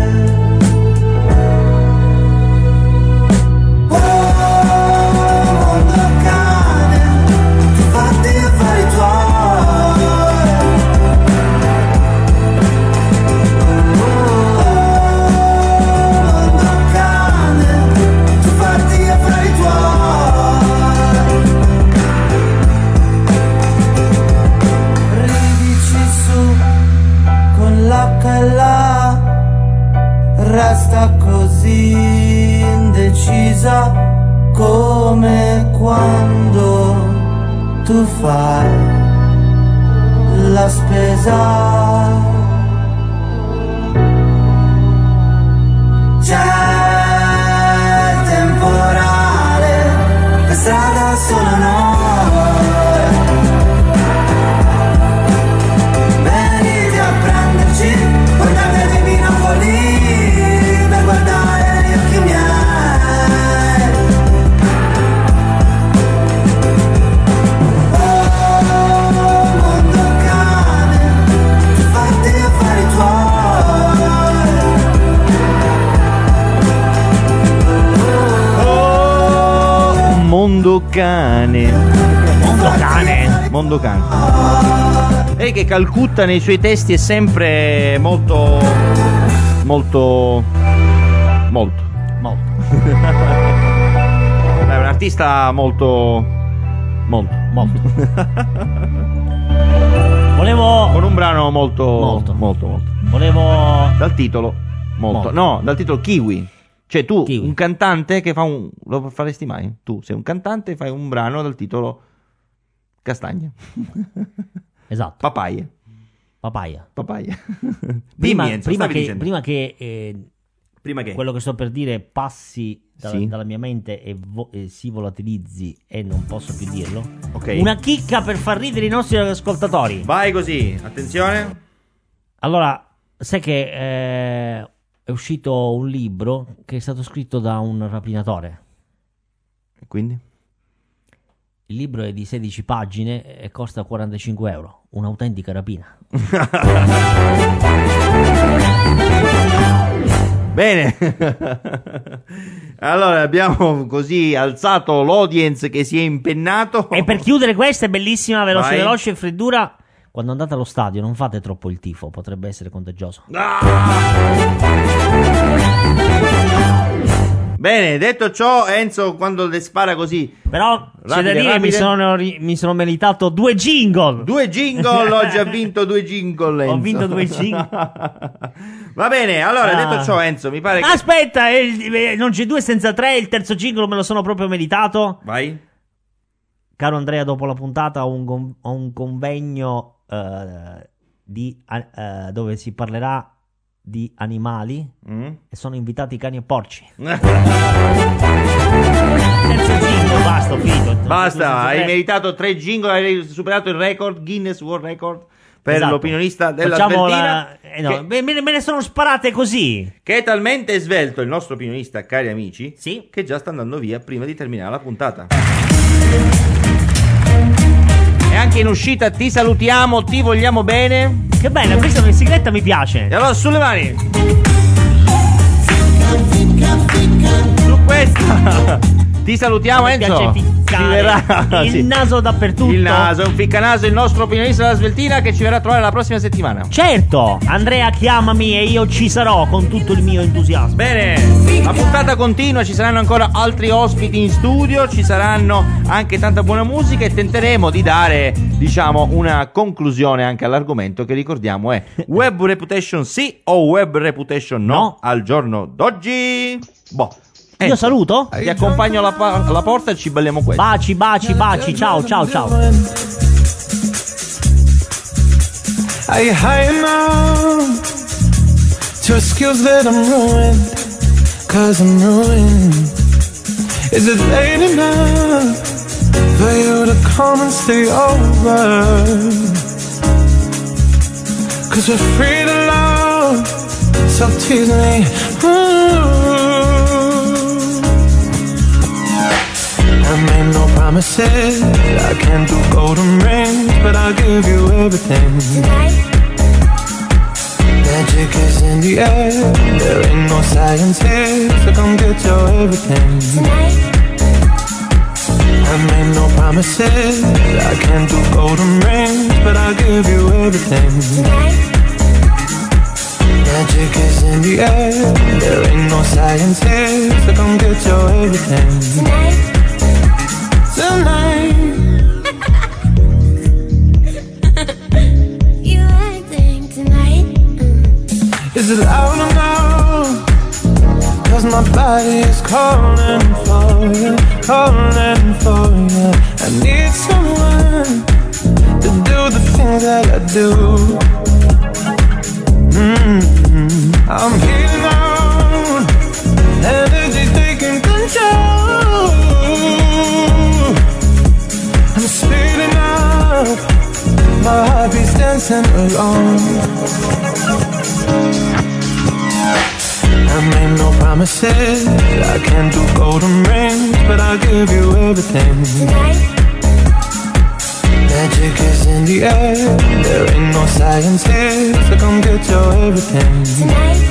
Resta così indecisa come quando tu fai la spesa. C'è il temporale, per strada solo noi. Venite a prenderci, portate dei binocoli per guardare negli occhi miei. Oh, mondo cane, fatti affari tuoi. Oh, mondo cane. Mondo cane. Mondo cane. E che Calcutta nei suoi testi è sempre molto è un artista molto Volevo con un brano molto volevo dal titolo Molto. no, dal titolo Kiwi. Cioè tu, Kiwi. un cantante che fa lo faresti mai? Tu sei un cantante e fai un brano dal titolo Castagna. Esatto. Papaya. Prima Dimmi, che quello che sto per dire passi Sì. dalla mia mente e si volatilizzi e non posso più dirlo. Ok. Una chicca per far ridere i nostri ascoltatori. Vai così, attenzione. Allora, sai che è uscito un libro che è stato scritto da un rapinatore. E quindi? Il libro è di 16 pagine e costa 45 euro. Un'autentica rapina. Bene. Allora abbiamo così alzato l'audience che si è impennato. E per chiudere questa è bellissima, veloce Vai. veloce e freddura. Quando andate allo stadio non fate troppo il tifo, potrebbe essere contagioso. Bene, detto ciò, Enzo quando le spara così. Però c'è da rapide, dire rapide. mi sono meritato 2 jingle. 2 jingle, ho già vinto 2 jingle, Enzo. Ho vinto 2 jingle. Va bene, allora detto ciò, Enzo, mi pare che... Aspetta, non c'è 2 senza 3, il terzo jingle me lo sono proprio meritato. Vai. Caro Andrea, dopo la puntata ho un convegno dove si parlerà di animali e sono invitati cani e porci. Terzo jingle, basta, ho finito. Basta, hai meritato 3 jingle, hai superato il record, Guinness World Record per Esatto. l'opinionista della Facciamo Sveltina. no, me ne sono sparate così. Che è talmente svelto il nostro opinionista, cari amici, sì, che già sta andando via prima di terminare la puntata. E anche in uscita ti salutiamo, ti vogliamo bene. Che bella, questa è una sigletta, mi piace. E allora sulle mani. Su questa ti salutiamo, Mi Enzo. piace ficcare il naso dappertutto. Il naso, è un ficcanaso, il nostro opinionista della Sveltina che ci verrà a trovare la prossima settimana. Certo, Andrea chiamami e io ci sarò con tutto il mio entusiasmo. Bene, la puntata continua, ci saranno ancora altri ospiti in studio, ci saranno anche tanta buona musica e tenteremo di dare, diciamo, una conclusione anche all'argomento che ricordiamo è web reputation sì o web reputation no, al giorno d'oggi. Boh. Io saluto. Ti accompagno alla porta e ci balliamo questo. Baci, baci, baci. Ciao, ciao, ciao. Are you high enough to excuse that I'm ruined? 'Cause I'm ruined. Is it late enough for you to come and stay over? 'Cause we're free to love, so tease me. I made no promises, I can't do golden rings, but I'll give you everything. Magic is in the air, there ain't no science here, so come get your everything. I made no promises, I can't do golden rings, but I'll give you everything. Magic is in the air, there ain't no science here, so come get your everything. Tonight. You acting tonight. Is it loud enough? 'Cause my body is calling for you, calling for you. I need someone to do the things that I do. I'm healing out, energy's taking control. I'm speeding up, my heart beats dancing alone. I made no promises, I can't do golden rings, but I'll give you everything. Magic is in the air, there ain't no science here, so come get your everything.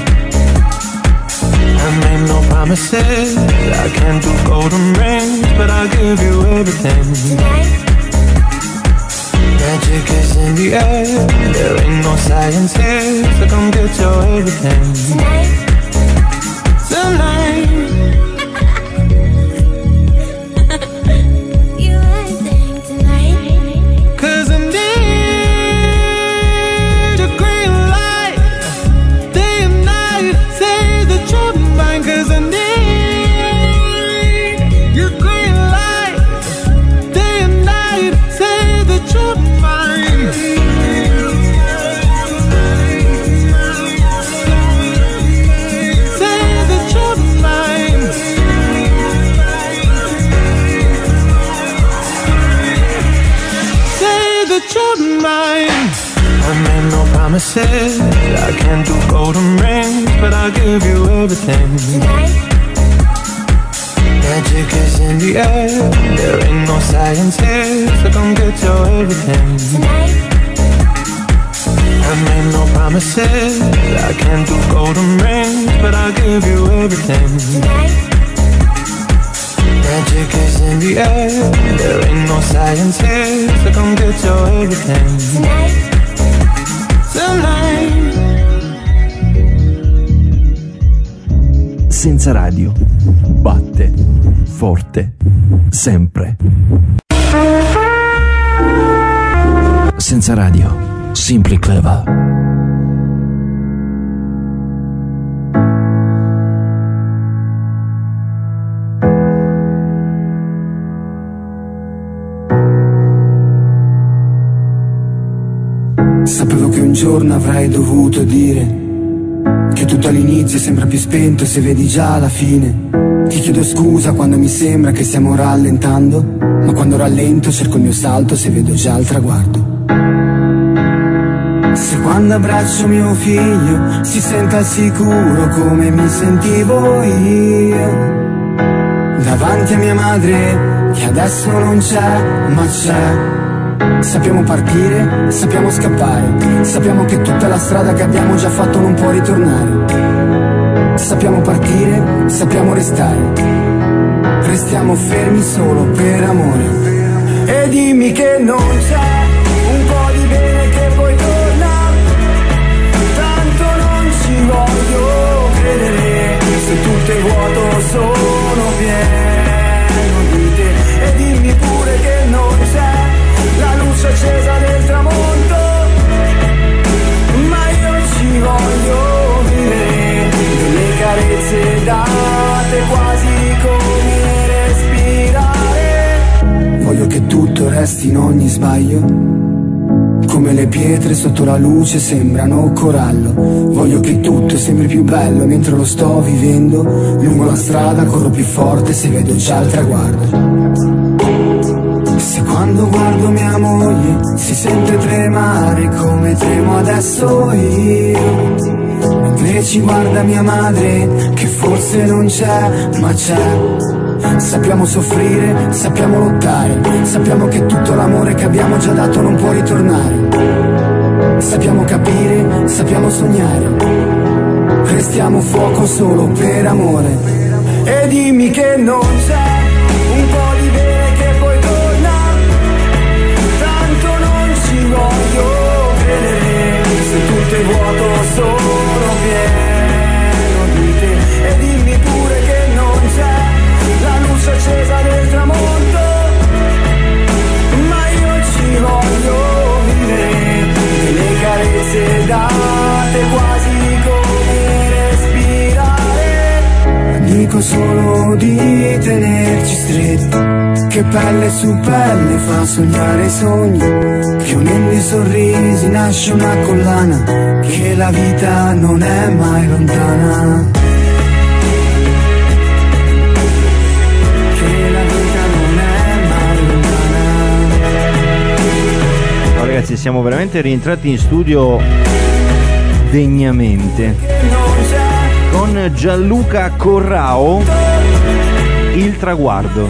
I made no promises, I can't do golden rings, but I'll give you everything. Magic is in the air, there ain't no science here, so come get your everything. Tonight. You acting tonight. 'Cause I need a green light, day and night, say that you're mine. 'Cause I need your green light, day and night, say that you're mine. Say that you're mine. promises. I can't do golden rings, but I'll give you everything. Magic is in the air, there ain't no science here, so come get your everything. I made no promises, I can't do golden rings, but I'll give you everything. Magic is in the air, there ain't no science here, so come get your everything. Tonight. Senza radio, batte forte sempre. Senza radio, Simply Clever. Sapevo che un giorno avrei dovuto dire che tutto all'inizio sembra più spento se vedi già la fine. Ti chiedo scusa quando mi sembra che stiamo rallentando, ma quando rallento cerco il mio salto se vedo già il traguardo. Se quando abbraccio mio figlio si sente al sicuro come mi sentivo io davanti a mia madre che adesso non c'è, ma c'è. Sappiamo partire, sappiamo scappare, sappiamo che tutta la strada che abbiamo già fatto non può ritornare. Sappiamo partire, sappiamo restare, restiamo fermi solo per amore. E dimmi che non c'è un po' di bene che poi torna, tanto non ci voglio credere, se tutto è vuoto sono pieno di te. E dimmi pure che non c'è la luce accesa del tramonto, ma io ci voglio vivere delle carezze date quasi come respirare. Voglio che tutto resti in ogni sbaglio, come le pietre sotto la luce sembrano corallo. Voglio che tutto sembri più bello mentre lo sto vivendo. Lungo la strada corro più forte se vedo già il traguardo. Se quando guardo mia moglie si sente tremare come tremo adesso io, mentre ci guarda mia madre che forse non c'è, ma c'è. Sappiamo soffrire, sappiamo lottare, sappiamo che tutto l'amore che abbiamo già dato non può ritornare. Sappiamo capire, sappiamo sognare, restiamo fuoco solo per amore. E dimmi che non c'è un po' di bene che poi torna, tanto non ci voglio credere, se tutto è vuoto sono pieno di te. E dimmi pure che non c'è la luce accesa del tramonto, ma io ci voglio vivere delle carezze date quasi come respirare. Dico solo di tenerci stretti, che pelle su pelle fa sognare i sogni, che unendo i sorrisi nasce una collana, che la vita non è mai lontana. Che la vita non è mai lontana. No, ragazzi, siamo veramente rientrati in studio degnamente con Gianluca Corrao, Il traguardo.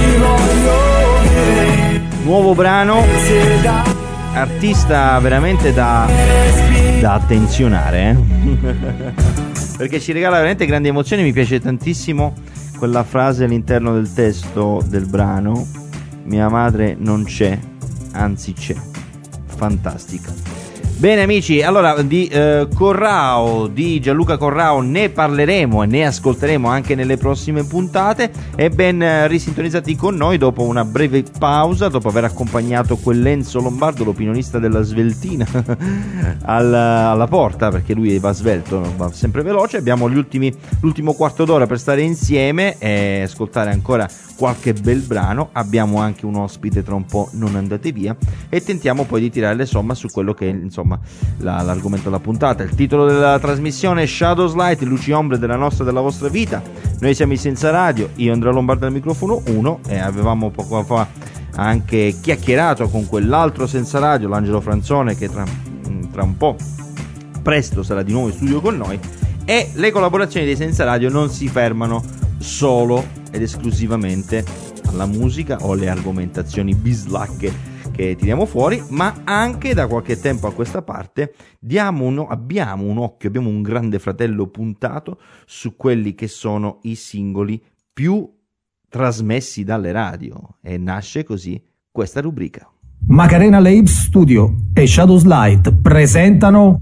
Nuovo brano, artista veramente da attenzionare, perché ci regala veramente grandi emozioni. Mi piace tantissimo quella frase all'interno del testo del brano: mia madre non c'è, anzi c'è. Fantastica. Bene amici, allora di Corrao, di Gianluca Corrao ne parleremo e ne ascolteremo anche nelle prossime puntate. E ben risintonizzati con noi dopo una breve pausa, dopo aver accompagnato quell'Enzo Lombardo, l'opinionista della Sveltina, alla porta, perché lui va svelto, va sempre veloce. Abbiamo l'ultimo quarto d'ora per stare insieme e ascoltare ancora qualche bel brano. Abbiamo anche un ospite tra un po', non andate via, e tentiamo poi di tirare le somme su quello che è insomma l'argomento della puntata. Il titolo della trasmissione è Shadows Light, luci ombre della nostra e della vostra vita. Noi siamo i Senza Radio, io Andrea Lombardo al microfono 1, e avevamo poco fa anche chiacchierato con quell'altro Senza Radio, l'Angelo Franzone, che tra un po' presto sarà di nuovo in studio con noi. E le collaborazioni dei Senza Radio non si fermano solo ed esclusivamente alla musica o alle argomentazioni bislacche che tiriamo fuori, ma anche da qualche tempo a questa parte abbiamo un grande fratello puntato su quelli che sono i singoli più trasmessi dalle radio, e nasce così questa rubrica. Macarena Labs Studio e Shadows Light presentano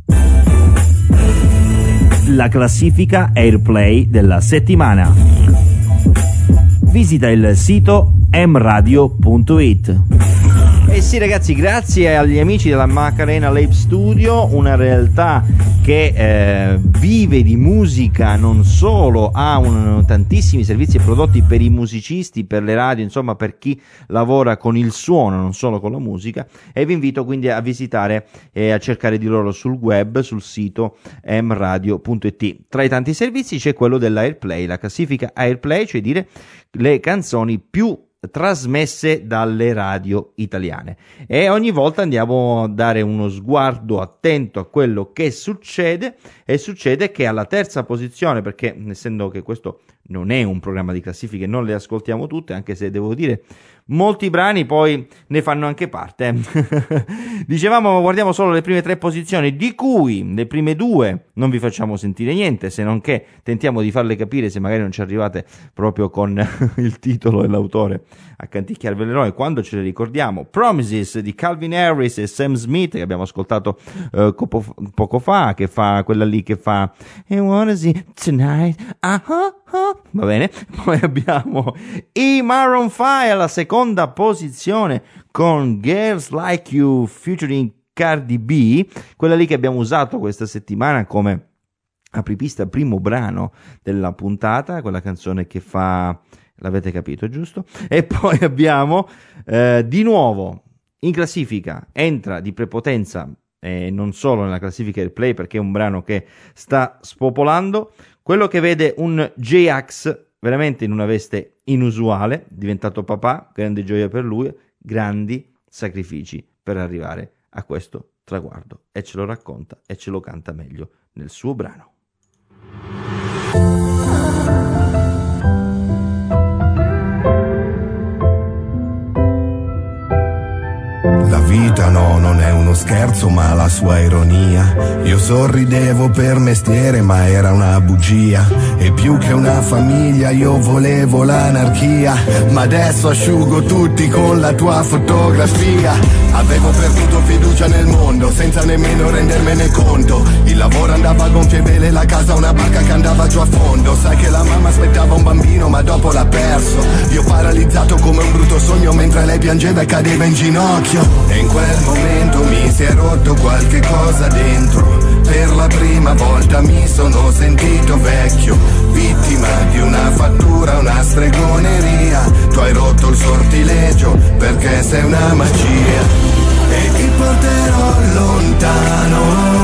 la classifica Airplay della settimana. Visita il sito mradio.it. Eh sì ragazzi, grazie agli amici della Macarena Live Studio, una realtà che vive di musica, non solo, ha tantissimi servizi e prodotti per i musicisti, per le radio, insomma per chi lavora con il suono, non solo con la musica, e vi invito quindi a visitare e a cercare di loro sul web, sul sito mradio.it. Tra i tanti servizi c'è quello dell'Airplay, la classifica Airplay, cioè dire le canzoni più trasmesse dalle radio italiane, e ogni volta andiamo a dare uno sguardo attento a quello che succede, e succede che alla terza posizione, perché essendo che questo non è un programma di classifiche, non le ascoltiamo tutte, anche se devo dire molti brani poi ne fanno anche parte. Dicevamo, guardiamo solo le prime 3 posizioni, di cui le prime 2 non vi facciamo sentire niente, se non che tentiamo di farle capire, se magari non ci arrivate proprio con il titolo e l'autore a canticchiarvele noi, quando ce le ricordiamo. Promises di Calvin Harris e Sam Smith, che abbiamo ascoltato poco fa, che fa quella lì che fa I wanna see tonight, va bene. Poi abbiamo i Maroon 5 alla seconda posizione con Girls Like You featuring Cardi B, quella lì che abbiamo usato questa settimana come apripista, primo brano della puntata, quella canzone che fa, l'avete capito giusto? E poi abbiamo di nuovo in classifica, entra di prepotenza, non solo nella classifica Airplay perché è un brano che sta spopolando, quello che vede un J-Ax veramente in una veste inusuale, diventato papà, grande gioia per lui, grandi sacrifici per arrivare a questo traguardo, e ce lo racconta e ce lo canta meglio nel suo brano. La vita no, non è uno scherzo ma la sua ironia. Io sorridevo per mestiere ma era una bugia. E più che una famiglia io volevo l'anarchia. Ma adesso asciugo tutti con la tua fotografia. Avevo perduto fiducia nel mondo senza nemmeno rendermene conto. Il lavoro andava a gonfie vele, la casa una barca che andava giù a fondo. Sai che la mamma aspettava un bambino ma dopo l'ha perso. Io paralizzato come un brutto sogno mentre lei piangeva e cadeva in ginocchio. E in quel momento mi si è rotto qualche cosa dentro. Per la prima volta mi sono sentito vecchio, vittima di una fattura, una stregoneria. Tu hai rotto il sortilegio perché sei una magia. E ti porterò lontano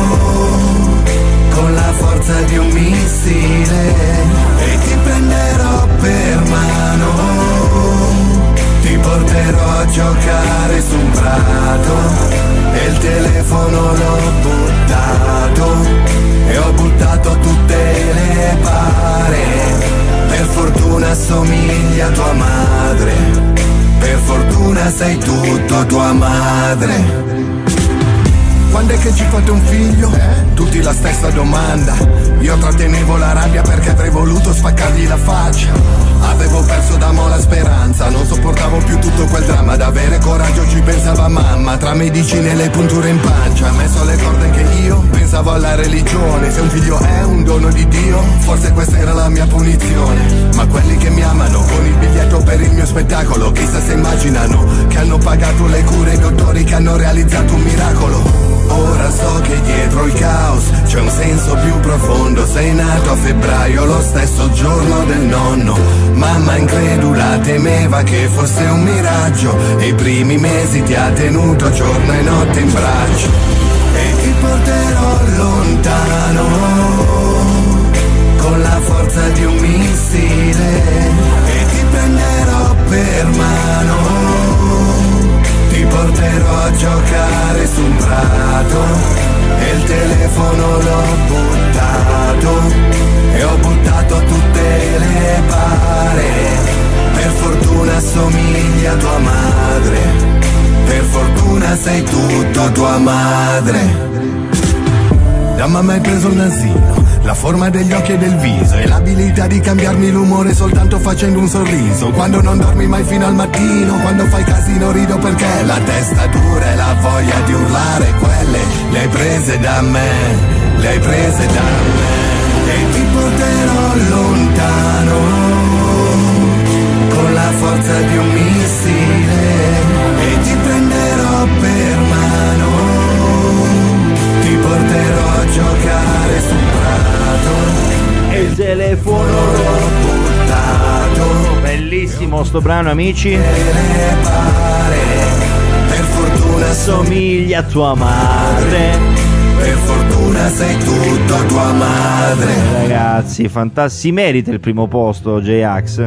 con la forza di un missile. E ti prenderò per mano, ti porterò a giocare su un prato. E il telefono l'ho buttato, e ho buttato tutte le pare. Per fortuna assomiglia a tua madre, per fortuna sei tutto tua madre. Quando è che ci fate un figlio? Tutti la stessa domanda. Io trattenevo la rabbia perché avrei voluto spaccargli la faccia. Avevo perso da mo' la speranza, non sopportavo più tutto quel dramma. Ad avere coraggio ci pensava mamma, tra medicine e le punture in pancia. Ha messo le corde che io pensavo alla religione. Se un figlio è un dono di Dio, forse questa era la mia punizione. Ma quelli che mi amano con il biglietto per il mio spettacolo, chissà se immaginano che hanno pagato le cure i dottori che hanno realizzato un miracolo. Ora so che dietro il caos c'è un senso più profondo. Sei nato a febbraio, lo stesso giorno del nonno. Mamma incredula temeva che fosse un miraggio, e i primi mesi ti ha tenuto giorno e notte in braccio. E ti porterò lontano con la forza di un missile. E ti prenderò per mano, ti porterò a giocare su un prato. E il telefono sei tutto tua madre. Da mamma hai preso il nasino, la forma degli occhi e del viso e l'abilità di cambiarmi l'umore soltanto facendo un sorriso. Quando non dormi mai fino al mattino, quando fai casino rido perché la testa dura e la voglia di urlare, quelle le hai prese da me, le hai prese da me. E ti porterò lontano con la forza di un missile e ti prenderò per mano, ti porterò a giocare sul prato e il telefono l'ho buttato. Bellissimo sto brano, amici. Per fortuna somiglia a tua madre, per fortuna sei tutto tua madre. Ragazzi, fantastico, merita il primo posto J-Ax.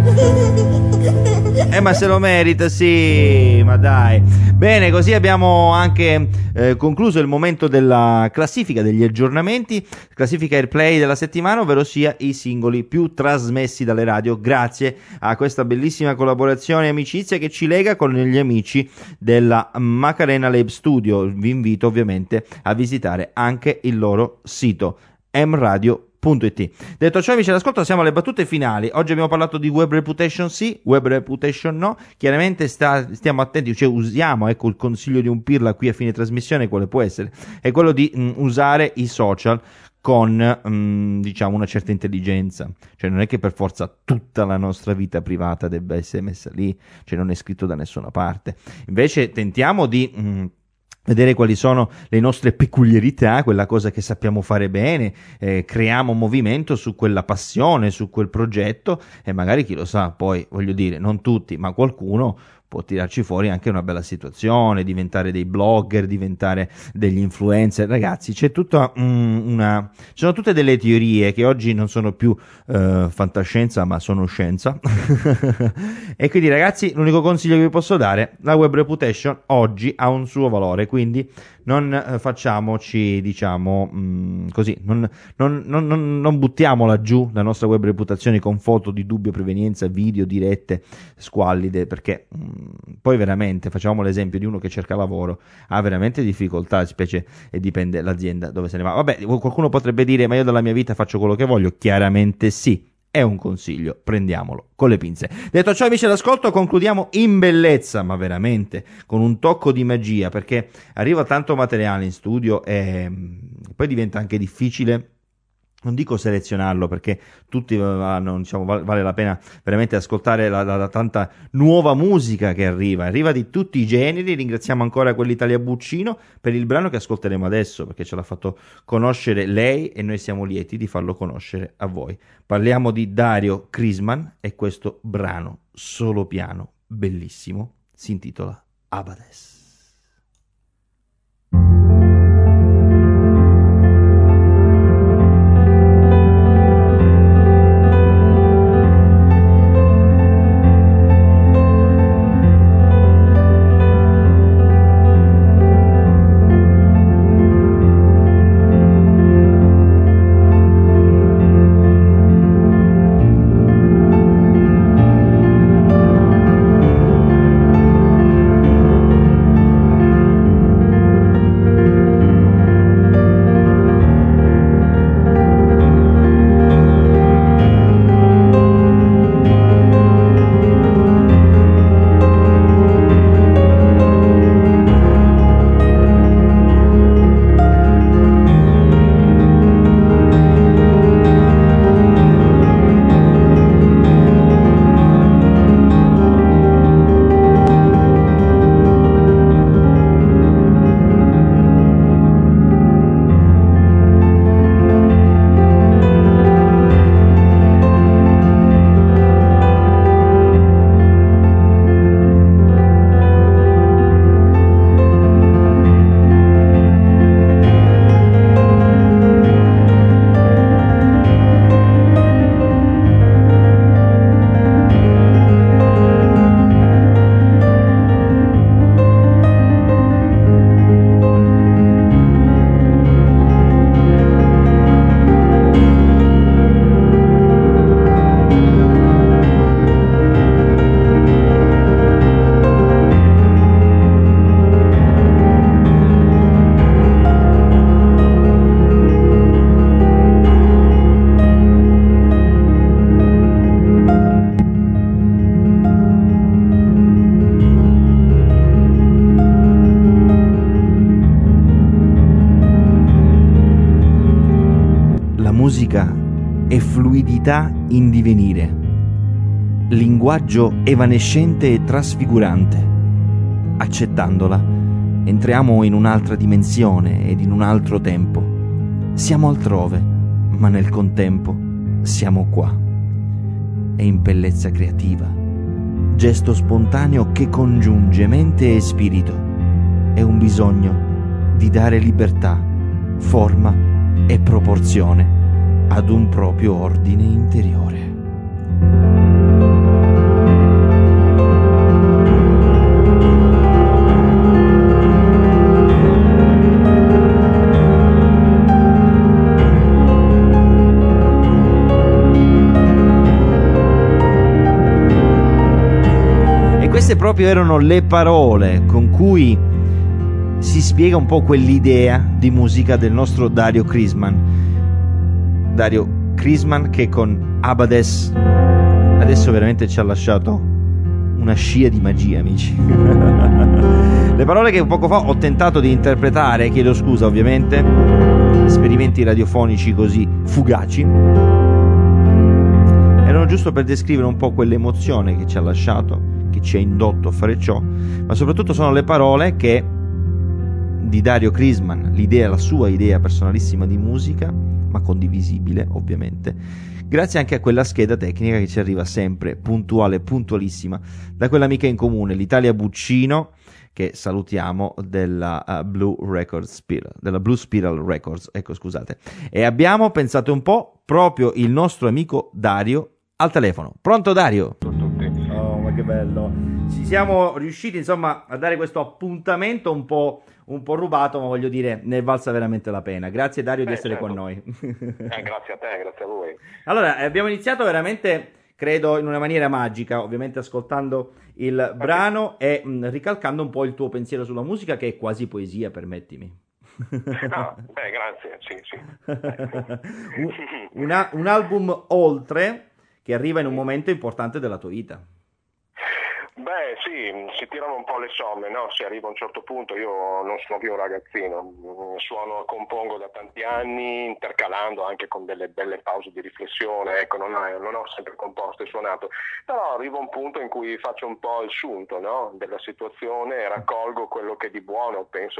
Ma se lo merita, sì, ma dai. Bene, così abbiamo anche concluso il momento della classifica, degli aggiornamenti, classifica Airplay della settimana, ovvero sia i singoli più trasmessi dalle radio, grazie a questa bellissima collaborazione e amicizia che ci lega con gli amici della Macarena Lab Studio. Vi invito ovviamente a visitare anche il loro sito mradio.it. Detto ciò, amici all'ascolto, siamo alle battute finali. Oggi abbiamo parlato di web reputation sì, web reputation no. Chiaramente stiamo attenti, cioè usiamo, ecco, il consiglio di un pirla qui a fine trasmissione, quale può essere, è quello di usare i social con diciamo una certa intelligenza. Cioè non è che per forza tutta la nostra vita privata debba essere messa lì, cioè non è scritto da nessuna parte. Invece tentiamo di vedere quali sono le nostre peculiarità, quella cosa che sappiamo fare bene, creiamo movimento su quella passione, su quel progetto, e magari chi lo sa, poi voglio dire, non tutti, ma qualcuno può tirarci fuori anche una bella situazione, diventare dei blogger, diventare degli influencer. Ragazzi, c'è tutta sono tutte delle teorie che oggi non sono più fantascienza, ma sono scienza. E quindi, ragazzi, l'unico consiglio che vi posso dare: la web reputation oggi ha un suo valore, quindi non facciamoci, diciamo, così, non buttiamola giù la nostra web reputazione con foto di dubbia provenienza, video, dirette squallide, perché poi veramente, facciamo l'esempio di uno che cerca lavoro, ha veramente difficoltà, specie, e dipende l'azienda dove se ne va. Vabbè, qualcuno potrebbe dire: ma io dalla mia vita faccio quello che voglio. Chiaramente sì, è un consiglio, prendiamolo con le pinze. Detto ciò, amici all'ascolto, concludiamo in bellezza, ma veramente con un tocco di magia, perché arriva tanto materiale in studio e poi diventa anche difficile, non dico selezionarlo, perché tutti vanno, diciamo, vale la pena veramente ascoltare la tanta nuova musica che arriva di tutti i generi. Ringraziamo ancora quell'Italia Buccino per il brano che ascolteremo adesso, perché ce l'ha fatto conoscere lei e noi siamo lieti di farlo conoscere a voi. Parliamo di Dario Crisman e questo brano solo piano, bellissimo, si intitola Abades. e fluidità in divenire, linguaggio evanescente e trasfigurante. Accettandola, entriamo in un'altra dimensione ed in un altro tempo. Siamo altrove, ma nel contempo siamo qua. È impellezza creativa, gesto spontaneo che congiunge mente e spirito. È un bisogno di dare libertà, forma e proporzione ad un proprio ordine interiore. Queste proprio erano le parole con cui si spiega un po' quell'idea di musica del nostro Dario Krisman. Dario Krisman che con Abades adesso veramente ci ha lasciato una scia di magia, amici. Le parole che poco fa ho tentato di interpretare, chiedo scusa ovviamente, esperimenti radiofonici così fugaci, erano giusto per descrivere un po' quell'emozione che ci ha lasciato, che ci ha indotto a fare ciò, ma soprattutto sono le parole che di Dario Krisman, l'idea, la sua idea personalissima di musica, ma condivisibile ovviamente, grazie anche a quella scheda tecnica che ci arriva sempre puntuale, puntualissima, da quell'amica in comune, l'Italia Buccino, che salutiamo, della Blue Spiral Records, ecco, scusate. E abbiamo, pensate un po', proprio il nostro amico Dario al telefono. Pronto Dario? Oh, ma che bello. Ci siamo riusciti insomma a dare questo appuntamento un po' rubato, ma voglio dire, ne è valsa veramente la pena. Grazie Dario di essere con noi. Grazie a te, grazie a voi. Allora, abbiamo iniziato veramente, credo, in una maniera magica, ovviamente ascoltando il brano e ricalcando un po' il tuo pensiero sulla musica, che è quasi poesia, permettimi. No, grazie, sì. un album oltre, che arriva in un momento importante della tua vita. Beh sì, si tirano un po' le somme, no? Si arriva a un certo punto, io non sono più un ragazzino, suono e compongo da tanti anni, intercalando anche con delle belle pause di riflessione, ecco, non ho sempre composto e suonato, però arrivo a un punto in cui faccio un po' il sunto, no? Della situazione e raccolgo quello che di buono penso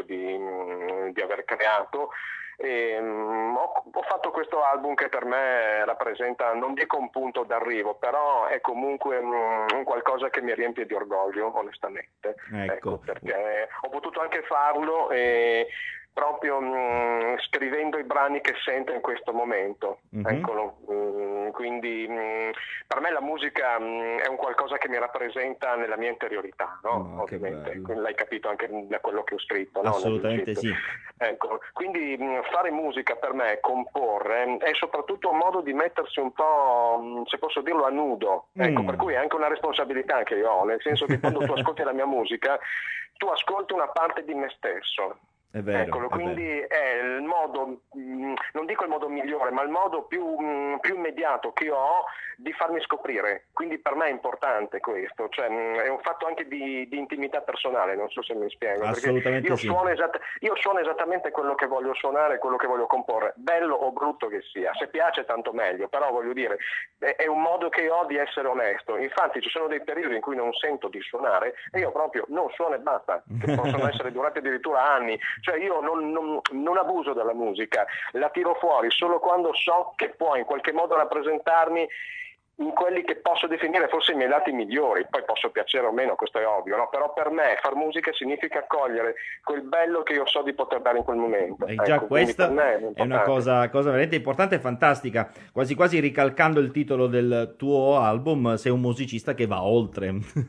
di aver creato. E, ho fatto questo album che per me rappresenta, non dico un punto d'arrivo, però è comunque un qualcosa che mi riempie di orgoglio, onestamente. Ecco, perché ho potuto anche farlo proprio scrivendo i brani che sento in questo momento. Eccolo. Quindi per me la musica è un qualcosa che mi rappresenta nella mia interiorità, no? Ovviamente l'hai capito anche da quello che ho scritto, no? Assolutamente sì. Ecco, quindi fare musica per me, comporre, è soprattutto un modo di mettersi un po', se posso dirlo, a nudo, ecco, per cui è anche una responsabilità che io ho, nel senso che quando tu ascolti la mia musica, tu ascolti una parte di me stesso. È vero, eccolo, quindi è il modo, non dico il modo migliore, ma il modo più immediato che io ho di farmi scoprire. Quindi per me è importante questo, cioè è un fatto anche di intimità personale, non so se mi spiego. Assolutamente perché io suono esattamente quello che voglio suonare, quello che voglio comporre, bello o brutto che sia. Se piace tanto meglio, però voglio dire, è un modo che io ho di essere onesto. Infatti ci sono dei periodi in cui non sento di suonare e io proprio non suono e basta, che possono essere durati addirittura anni. Cioè io non abuso della musica, la tiro fuori solo quando so che può in qualche modo rappresentarmi in quelli che posso definire forse i miei lati migliori, poi posso piacere o meno, questo è ovvio, no? Però per me far musica significa cogliere quel bello che io so di poter dare in quel momento. E già questa è una cosa veramente importante e fantastica, quasi quasi ricalcando il titolo del tuo album, sei un musicista che va oltre.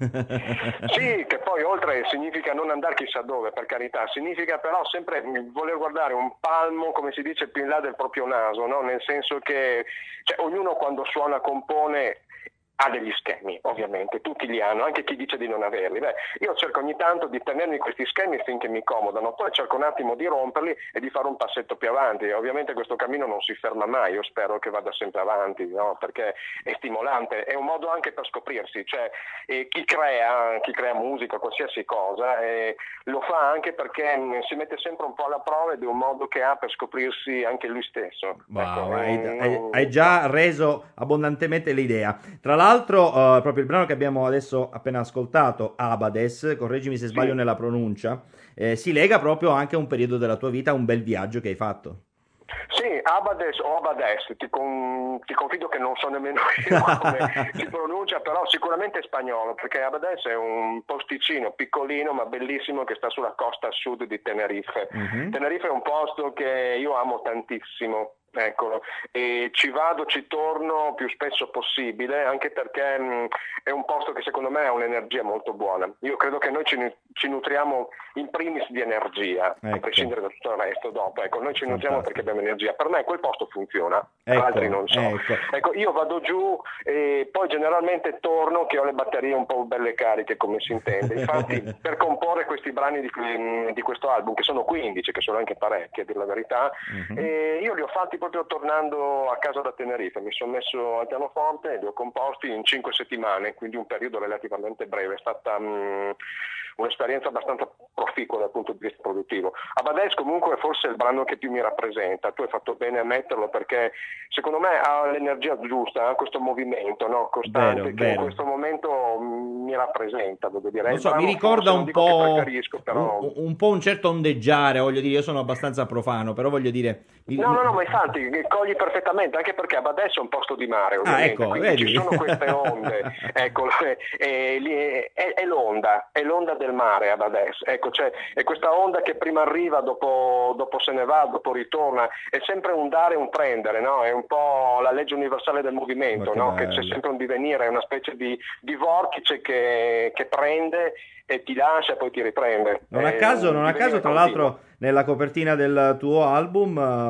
Sì, che poi oltre significa non andare chissà dove, per carità, significa però sempre voler guardare un palmo, come si dice, più in là del proprio naso, no? Nel senso che ognuno quando suona, compone, ha degli schemi, ovviamente, tutti li hanno, anche chi dice di non averli. Io cerco ogni tanto di tenermi questi schemi finché mi incomodano, poi cerco un attimo di romperli e di fare un passetto più avanti. Ovviamente questo cammino non si ferma mai, io spero che vada sempre avanti, no? Perché è stimolante, è un modo anche per scoprirsi, cioè chi crea musica, qualsiasi cosa, lo fa anche perché si mette sempre un po' alla prova ed è un modo che ha per scoprirsi anche lui stesso. Wow, hai già reso abbondantemente l'idea. Tra l'altro, proprio il brano che abbiamo adesso appena ascoltato, Abades, correggimi se sbaglio nella pronuncia, si lega proprio anche a un periodo della tua vita, a un bel viaggio che hai fatto. Sì, Abades o Abades, ti confido che non so nemmeno io come si pronuncia, però sicuramente è spagnolo, perché Abades è un posticino piccolino ma bellissimo che sta sulla costa sud di Tenerife. Tenerife è un posto che io amo tantissimo. Eccolo, e ci torno più spesso possibile, anche perché è un posto che secondo me ha un'energia molto buona. Io credo che noi ci nutriamo in primis di energia, a prescindere da tutto il resto dopo. Ecco, noi ci nutriamo perché abbiamo energia. Per me quel posto funziona, per altri non so. Ecco, io vado giù e poi generalmente torno che ho le batterie un po' belle cariche, come si intende. Infatti per comporre questi brani di questo album, che sono 15, che sono anche parecchi a dire la verità, io li ho fatti proprio tornando a casa da Tenerife. Mi sono messo al pianoforte e li ho composti in 5 settimane, quindi un periodo relativamente breve. È stata un'esperienza abbastanza proficua dal punto di vista produttivo. Abades comunque è forse il brano che più mi rappresenta. Tu hai fatto bene a metterlo perché secondo me ha l'energia giusta, ha questo movimento, no, costante, che in questo momento mi rappresenta, devo dire. Non so, mi ricorda un po' un po' un certo ondeggiare, voglio dire, io sono abbastanza profano, però voglio dire... No, ma infatti cogli perfettamente, anche perché Abades è un posto di mare, ovviamente, ecco, quindi vedi? Ci sono queste onde, ecco, è l'onda del mare Abades, ecco, cioè, è questa onda che prima arriva, dopo se ne va, dopo ritorna, è sempre un dare e un prendere, no? È un po' la legge universale del movimento, no? Che c'è sempre un divenire, è una specie di vortice che prende e ti lascia e poi ti riprende. Non a caso, tra l'altro, nella copertina del tuo album,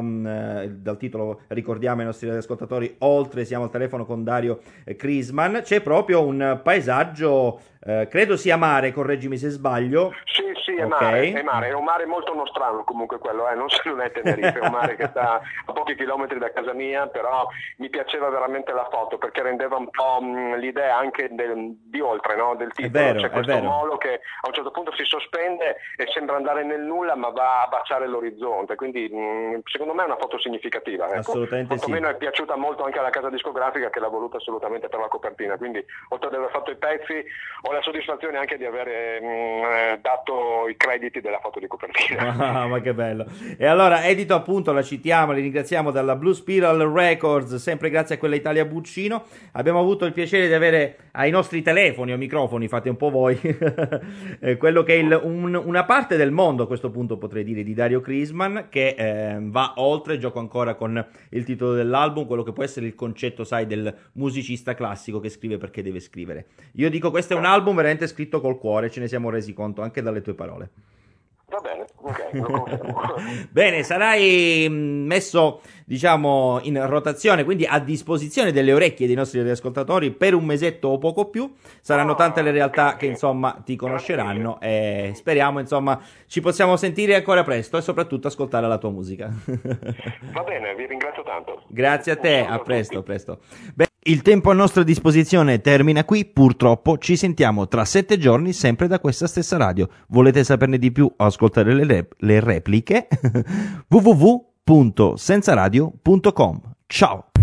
dal titolo ricordiamo ai nostri ascoltatori, oltre siamo al telefono con Dario Crisman, c'è proprio un paesaggio, credo sia mare, correggimi se sbaglio. Sì, è mare, è un mare molto nostrano comunque quello, non è Tenerife, è un mare che sta a pochi chilometri da casa mia, però mi piaceva veramente la foto perché rendeva un po' l'idea anche di oltre, no? Del titolo, c'è questo molo che a un certo punto si sospende e sembra andare nel nulla ma va a baciare l'orizzonte, quindi secondo me è una foto significativa, ecco. Assolutamente sì. È piaciuta molto anche alla casa discografica che l'ha voluta assolutamente per la copertina, quindi oltre ad aver fatto i pezzi ho la soddisfazione anche di avere dato i crediti della foto di copertina. Ma che bello. E allora Edito, appunto, la citiamo, li ringraziamo dalla Blue Spiral Records, sempre grazie a quella Italia Buccino. Abbiamo avuto il piacere di avere ai nostri telefoni o microfoni, fate un po' voi, quello che è una parte del mondo, a questo punto potrei dire, di Dario Crisman, che va oltre, gioco ancora con il titolo dell'album, quello che può essere il concetto, sai, del musicista classico che scrive perché deve scrivere. Io dico, questo è un album veramente scritto col cuore, ce ne siamo resi conto anche dalle tue parole. Va bene, ok, lo confermo. Bene, sarai messo, diciamo, in rotazione, quindi a disposizione delle orecchie dei nostri ascoltatori per un mesetto o poco più. Saranno tante le realtà che, insomma, ti conosceranno e speriamo, insomma, ci possiamo sentire ancora presto e soprattutto ascoltare la tua musica. Va bene, vi ringrazio tanto. Grazie a te, a presto. Beh, il tempo a nostra disposizione termina qui, purtroppo ci sentiamo tra 7 giorni sempre da questa stessa radio. Volete saperne di più o ascoltare le repliche? www.senzaradio.com. Ciao!